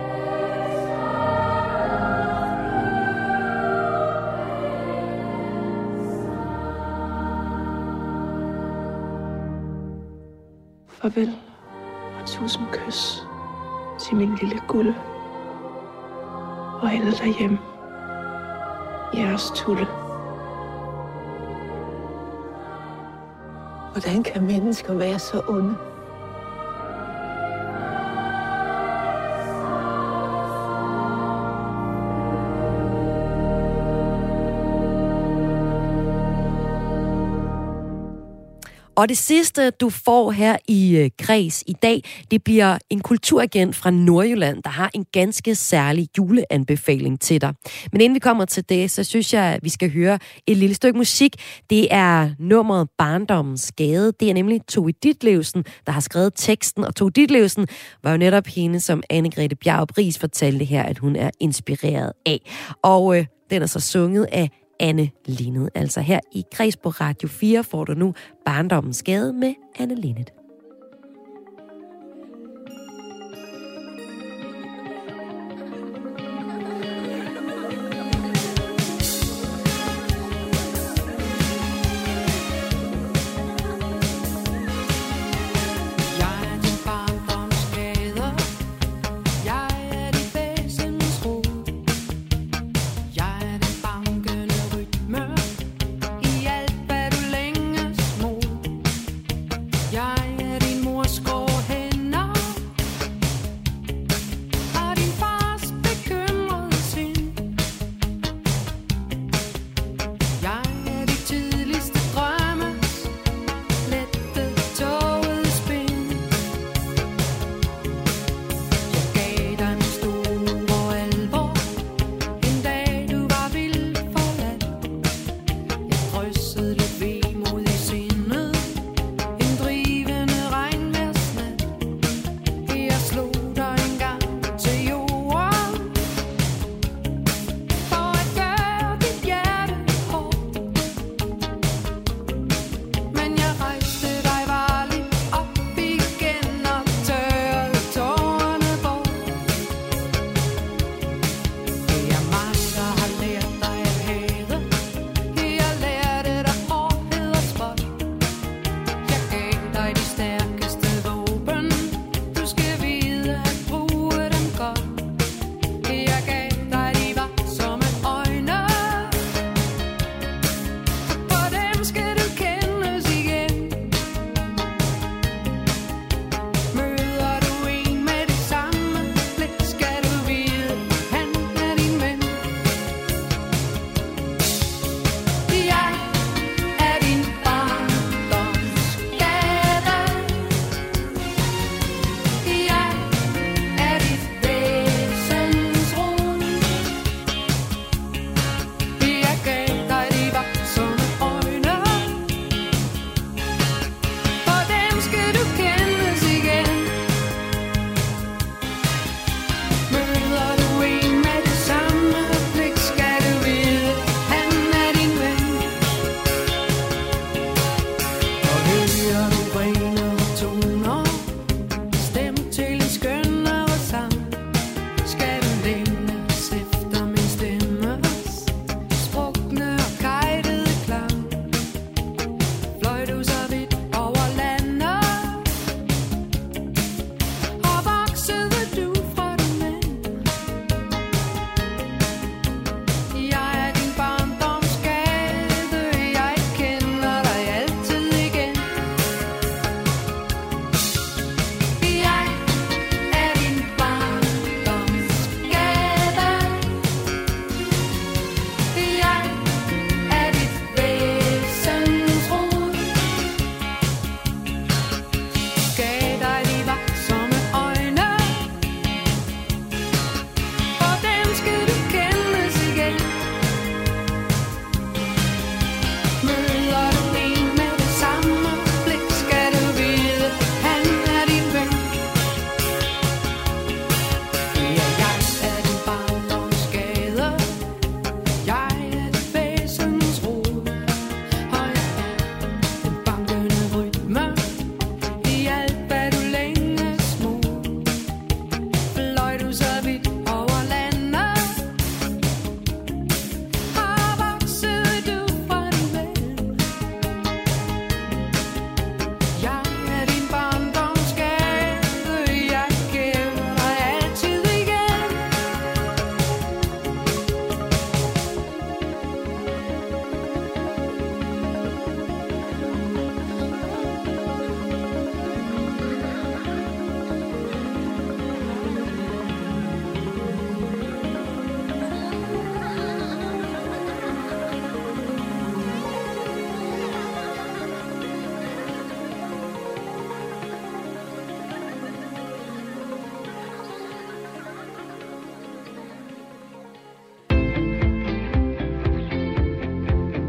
Farvel og tusind kys til min lille Gulle og alle derhjemme. Jeres Tulle. Hvordan kan mennesker være så onde? Og det sidste, du får her i øh, Kreds i dag, det bliver en kulturagent fra Nordjylland, der har en ganske særlig juleanbefaling til dig. Men inden vi kommer til det, så synes jeg, at vi skal høre et lille stykke musik. Det er nummeret Barndommens Gade. Det er nemlig Tove Ditlevsen, der har skrevet teksten. Og Tove Ditlevsen var jo netop hende, som Anne-Grethe Bjarup Riis fortalte her, at hun er inspireret af. Og øh, den er så sunget af Anne Linnet. Altså her i Kreds på Radio fire får du nu Barndommens Gade med Anne Linnet. I alt hvad du længes mod. Jeg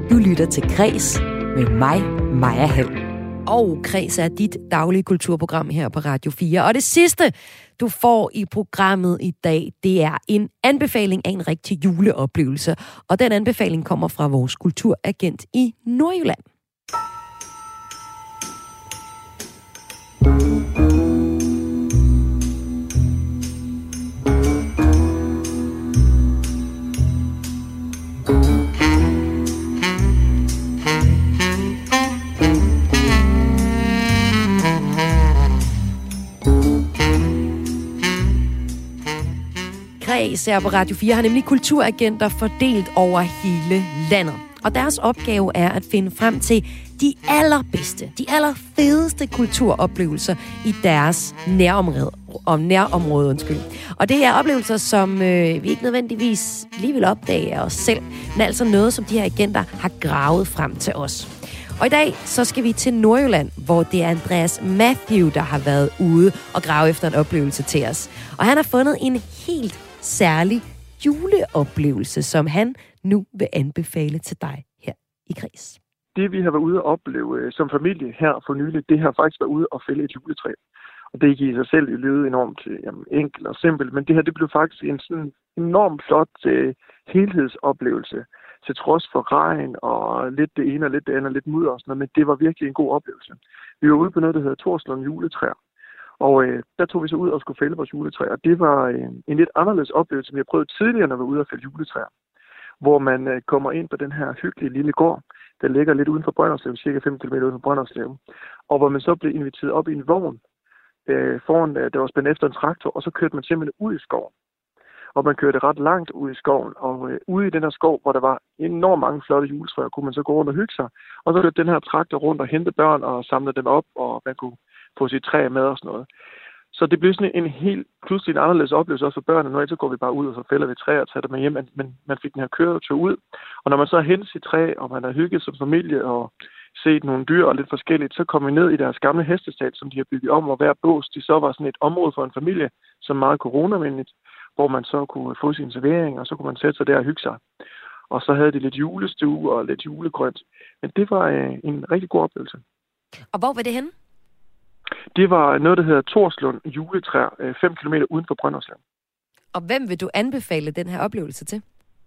Du lytter til Kres med mig, Maja Hall. Og Kres er dit daglige kulturprogram her på Radio fire. Og det sidste, du får i programmet i dag, det er en anbefaling af en rigtig juleoplevelse. Og den anbefaling kommer fra vores kulturagent i Nordjylland. Kres her på Radio fire har nemlig kulturagenter fordelt over hele landet. Og deres opgave er at finde frem til de allerbedste, de allerfedeste kulturoplevelser i deres nærområde. Om nærområde undskyld. Og det er oplevelser, som øh, vi ikke nødvendigvis lige vil opdage af os selv, men altså noget, som de her agenter har gravet frem til os. Og i dag, så skal vi til Nordjylland, hvor det er Andreas Matthew, der har været ude og grave efter en oplevelse til os. Og han har fundet en helt særlig juleoplevelse, som han nu vil anbefale til dig her i Kres. Det, vi har været ude at opleve som familie her for nylig, det har faktisk været ude og fælde et juletræ. Og det giver sig selv i lyde enormt jamen, enkelt og simpelt, men det her det blev faktisk en sådan enormt flot uh, helhedsoplevelse. Til trods for regn og lidt det ene og lidt det andet og lidt mudder og sådan noget, men det var virkelig en god oplevelse. Vi var ude på noget, der hedder Torslund juletræer. Og øh, der tog vi så ud og skulle fælde vores juletræ, og det var øh, en lidt anderledes oplevelse, som jeg prøvede tidligere, når vi var ude og fælde juletræer. Hvor man øh, kommer ind på den her hyggelige lille gård, der ligger lidt uden for Brønderslev, cirka fem kilometer uden for Brønderslev. Og hvor man så blev inviteret op i en vogn, øh, foran, øh, der var spændt efter en traktor, og så kørte man simpelthen ud i skoven. Og man kørte ret langt ud i skoven, og øh, ude i den her skov, hvor der var enormt mange flotte juletræer, kunne man så gå rundt og hygge sig. Og så kørte den her traktor rundt og hente børn og samle dem op, og man kunne få sit træ med og sådan noget. Så det blev sådan en helt pludselig en anderledes oplevelse også for børnene. Normalt så går vi bare ud, og så fælder vi træer og tager dem med hjem, men, men man fik den her køretur ud. Og når man så har hentet sit træ, og man har hygget som familie og set nogle dyr og lidt forskelligt, så kom vi ned i deres gamle hestestald, som de har bygget om, og hver bås, de så var sådan et område for en familie, som meget coronavenligt, hvor man så kunne få sin servering, og så kunne man sætte sig der og hygge sig. Og så havde de lidt julestue og lidt julegrønt. Men det var øh, en rigtig god oplevelse. Og hvor var det henne? Det var noget, der hedder Torslund juletræer, fem kilometer uden for Brønderslev. Og hvem vil du anbefale den her oplevelse til?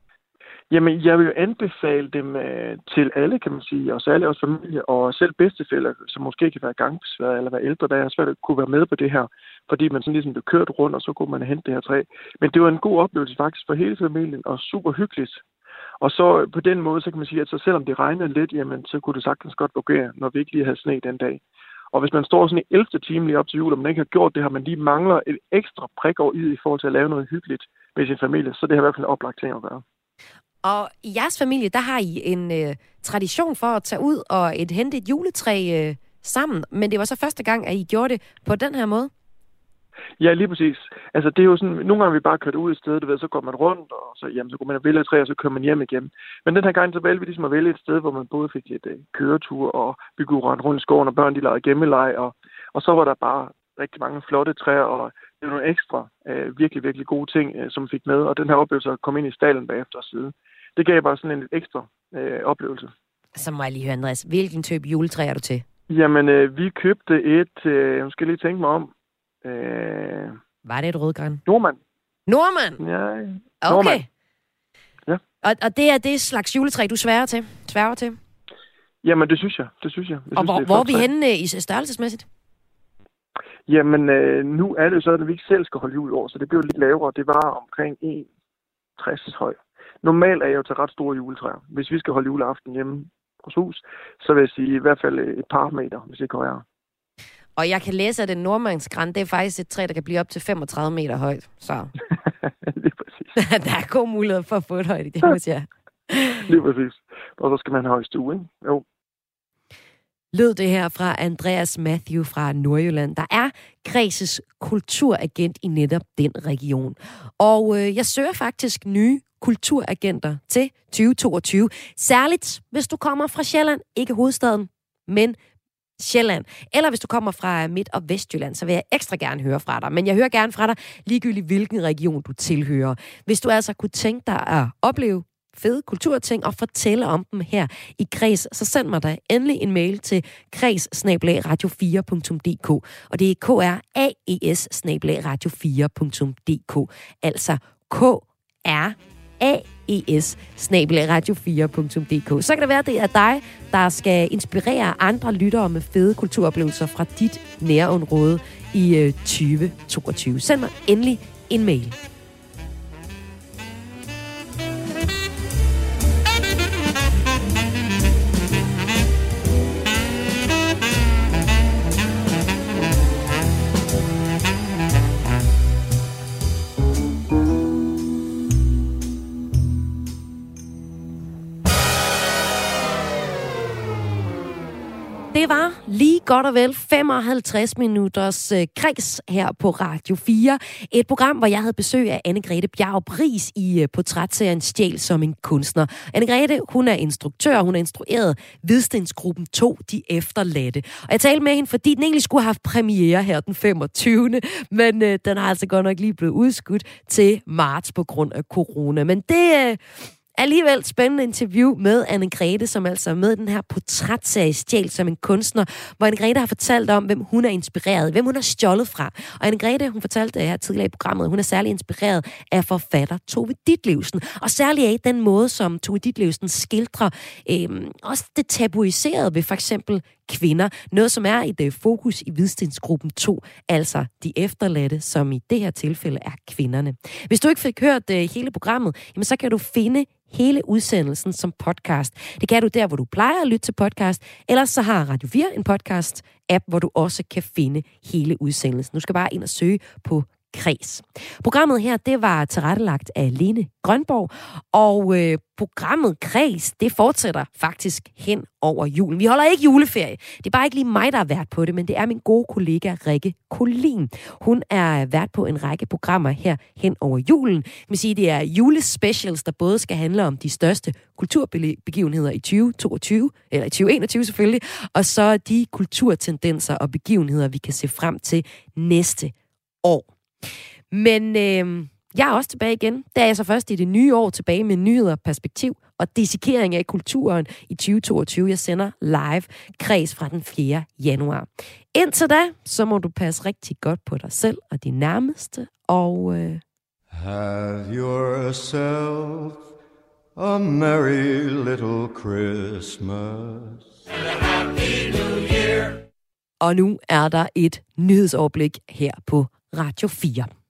Jamen, jeg vil jo anbefale dem øh, til alle, kan man sige, og særligt også familie, og selv bedstefæller, som måske kan være gangbesværet eller være ældre, der er svært at kunne være med på det her, fordi man sådan ligesom blev kørt rundt, og så kunne man hente det her træ. Men det var en god oplevelse faktisk for hele familien, og super hyggeligt. Og så på den måde, så kan man sige, at så selvom det regnede lidt, jamen, så kunne det sagtens godt fungere, når vi ikke lige havde sne den dag. Og hvis man står sådan i ellevte time lige op til jul, og man ikke har gjort det her, man lige mangler et ekstra prik over i i forhold til at lave noget hyggeligt med sin familie, så det har i hvert fald en oplagt ting at gøre. Og i jeres familie, der har I en øh, tradition for at tage ud og et, hente et juletræ øh, sammen, men det var så første gang, at I gjorde det på den her måde? Ja, lige præcis. Altså, det er jo sådan, nogle gange vi bare kørt ud et sted, du ved, så går man rundt, og så, jamen, så går man og vælge et træ, og så kører man hjem igen. Men den her gang, så valgte vi ligesom at vælge et sted, hvor man både fik lidt uh, køretur, og vi kunne rende rundt i skoven, og børn, de lavede gemmeleg, og, og så var der bare rigtig mange flotte træer, og det var nogle ekstra, uh, virkelig, virkelig gode ting, uh, som vi fik med, og den her oplevelse at komme ind i stallen bagefter og side. Det gav bare sådan en lidt ekstra uh, oplevelse. Så må jeg lige høre, Andreas, hvilken type juletræ er du til? Jamen, uh, vi købte et, uh, jeg skal lige tænke mig om, Øh... Var det et rødgran? Nordmand. Nordmand? Ja. Okay. Nordmand. Ja. Og, og det er det slags juletræ, du sværger til? Sværger til? Jamen, det synes jeg. Det synes jeg. jeg og synes, hvor, er hvor er vi henne i størrelsesmæssigt? Jamen, øh, nu er det jo sådan, at vi ikke selv skal holde jul i år, så det bliver lidt lavere. Det var omkring en komma tres høj. Normalt er jeg jo til ret store juletræer. Hvis vi skal holde juleaften hjemme hos hus, så vil jeg sige i hvert fald et par meter, hvis ikke højere. Og jeg kan læse, at den nordmandsgran, det er faktisk et træ, der kan blive op til femogtredive meter højt. Så lige præcis. Der er god mulighed for at få et højt i det, må jeg. Lige præcis. Og så skal man have høj stue, ikke? Jo. Lød det her fra Andreas Matthew fra Nordjylland, der er Kres' kulturagent i netop den region. Og øh, jeg søger faktisk nye kulturagenter til tyve toogtyve. Særligt, hvis du kommer fra Sjælland, ikke hovedstaden, men Sjælland. Eller hvis du kommer fra Midt- og Vestjylland, så vil jeg ekstra gerne høre fra dig. Men jeg hører gerne fra dig, ligegyldigt hvilken region du tilhører. Hvis du altså kunne tænke dig at opleve fede kulturting og fortælle om dem her i Kreds, så send mig da endelig en mail til kreds snabel-a radio fire punktum d k. Og det er k r a e s snabel-a radio fire punktum d k. Altså k r a e s snabel-a radio fire punktum d k. Så kan det være, at det er dig, der skal inspirere andre lyttere med fede kulturoplevelser fra dit nærområde i øh, tyve toogtyve. Send mig endelig en mail. Det var lige godt og vel femoghalvtreds minutters øh, Kreds her på Radio fire. Et program, hvor jeg havde besøg af Anne-Grethe Bjarup Riis i øh, portrætserien Stjæl som en kunstner. Anne-Grethe, hun er instruktør, hun har instrueret Hvidstensgruppen to, De Efterladte. Og jeg talte med hende, fordi den egentlig skulle have haft premiere her den femogtyvende Men øh, den har altså godt nok lige blevet udskudt til marts på grund af corona. Men det... Øh, Alligevel spændende interview med Anne-Grethe, som altså er med i den her portrætserie Stjæl som en kunstner, hvor Anne-Grethe har fortalt om, hvem hun er inspireret, hvem hun har stjålet fra. Og Anne-Grethe, hun fortalte her tidligere i programmet, hun er særlig inspireret af forfatter Tove Ditlevsen, og særligt af den måde, som Tove Ditlevsen skildrer øh, også det tabuiserede ved for eksempel kvinder. Noget, som er et øh, fokus i Hvidstensgruppen to, altså De Efterladte, som i det her tilfælde er kvinderne. Hvis du ikke fik hørt øh, hele programmet, jamen, så kan du finde hele udsendelsen som podcast. Det kan du der, hvor du plejer at lytte til podcast. Ellers så har Radio fire en podcast-app, hvor du også kan finde hele udsendelsen. Du skal bare ind og søge på Kreds. Programmet her, det var tilrettelagt af Lene Grønborg, og øh, programmet Kreds, det fortsætter faktisk hen over julen. Vi holder ikke juleferie. Det er bare ikke lige mig, der er vært på det, men det er min gode kollega Rikke Collin. Hun er vært på en række programmer her hen over julen. Jeg vil sige, det er julespecials, der både skal handle om de største kulturbegivenheder i tyve toogtyve, eller i tyve enogtyve selvfølgelig, og så de kulturtendenser og begivenheder, vi kan se frem til næste år. Men øh, jeg er også tilbage igen. Der er jeg så først i det nye år tilbage med nyheder, perspektiv og dissekering af kulturen i tyve toogtyve. Jeg sender live Kreds fra den fjerde januar. Indtil da, så må du passe rigtig godt på dig selv og de nærmeste. Og øh... have yourself a merry little Christmas and a happy new year. Og nu er der et nyhedsoverblik her på Radio fire.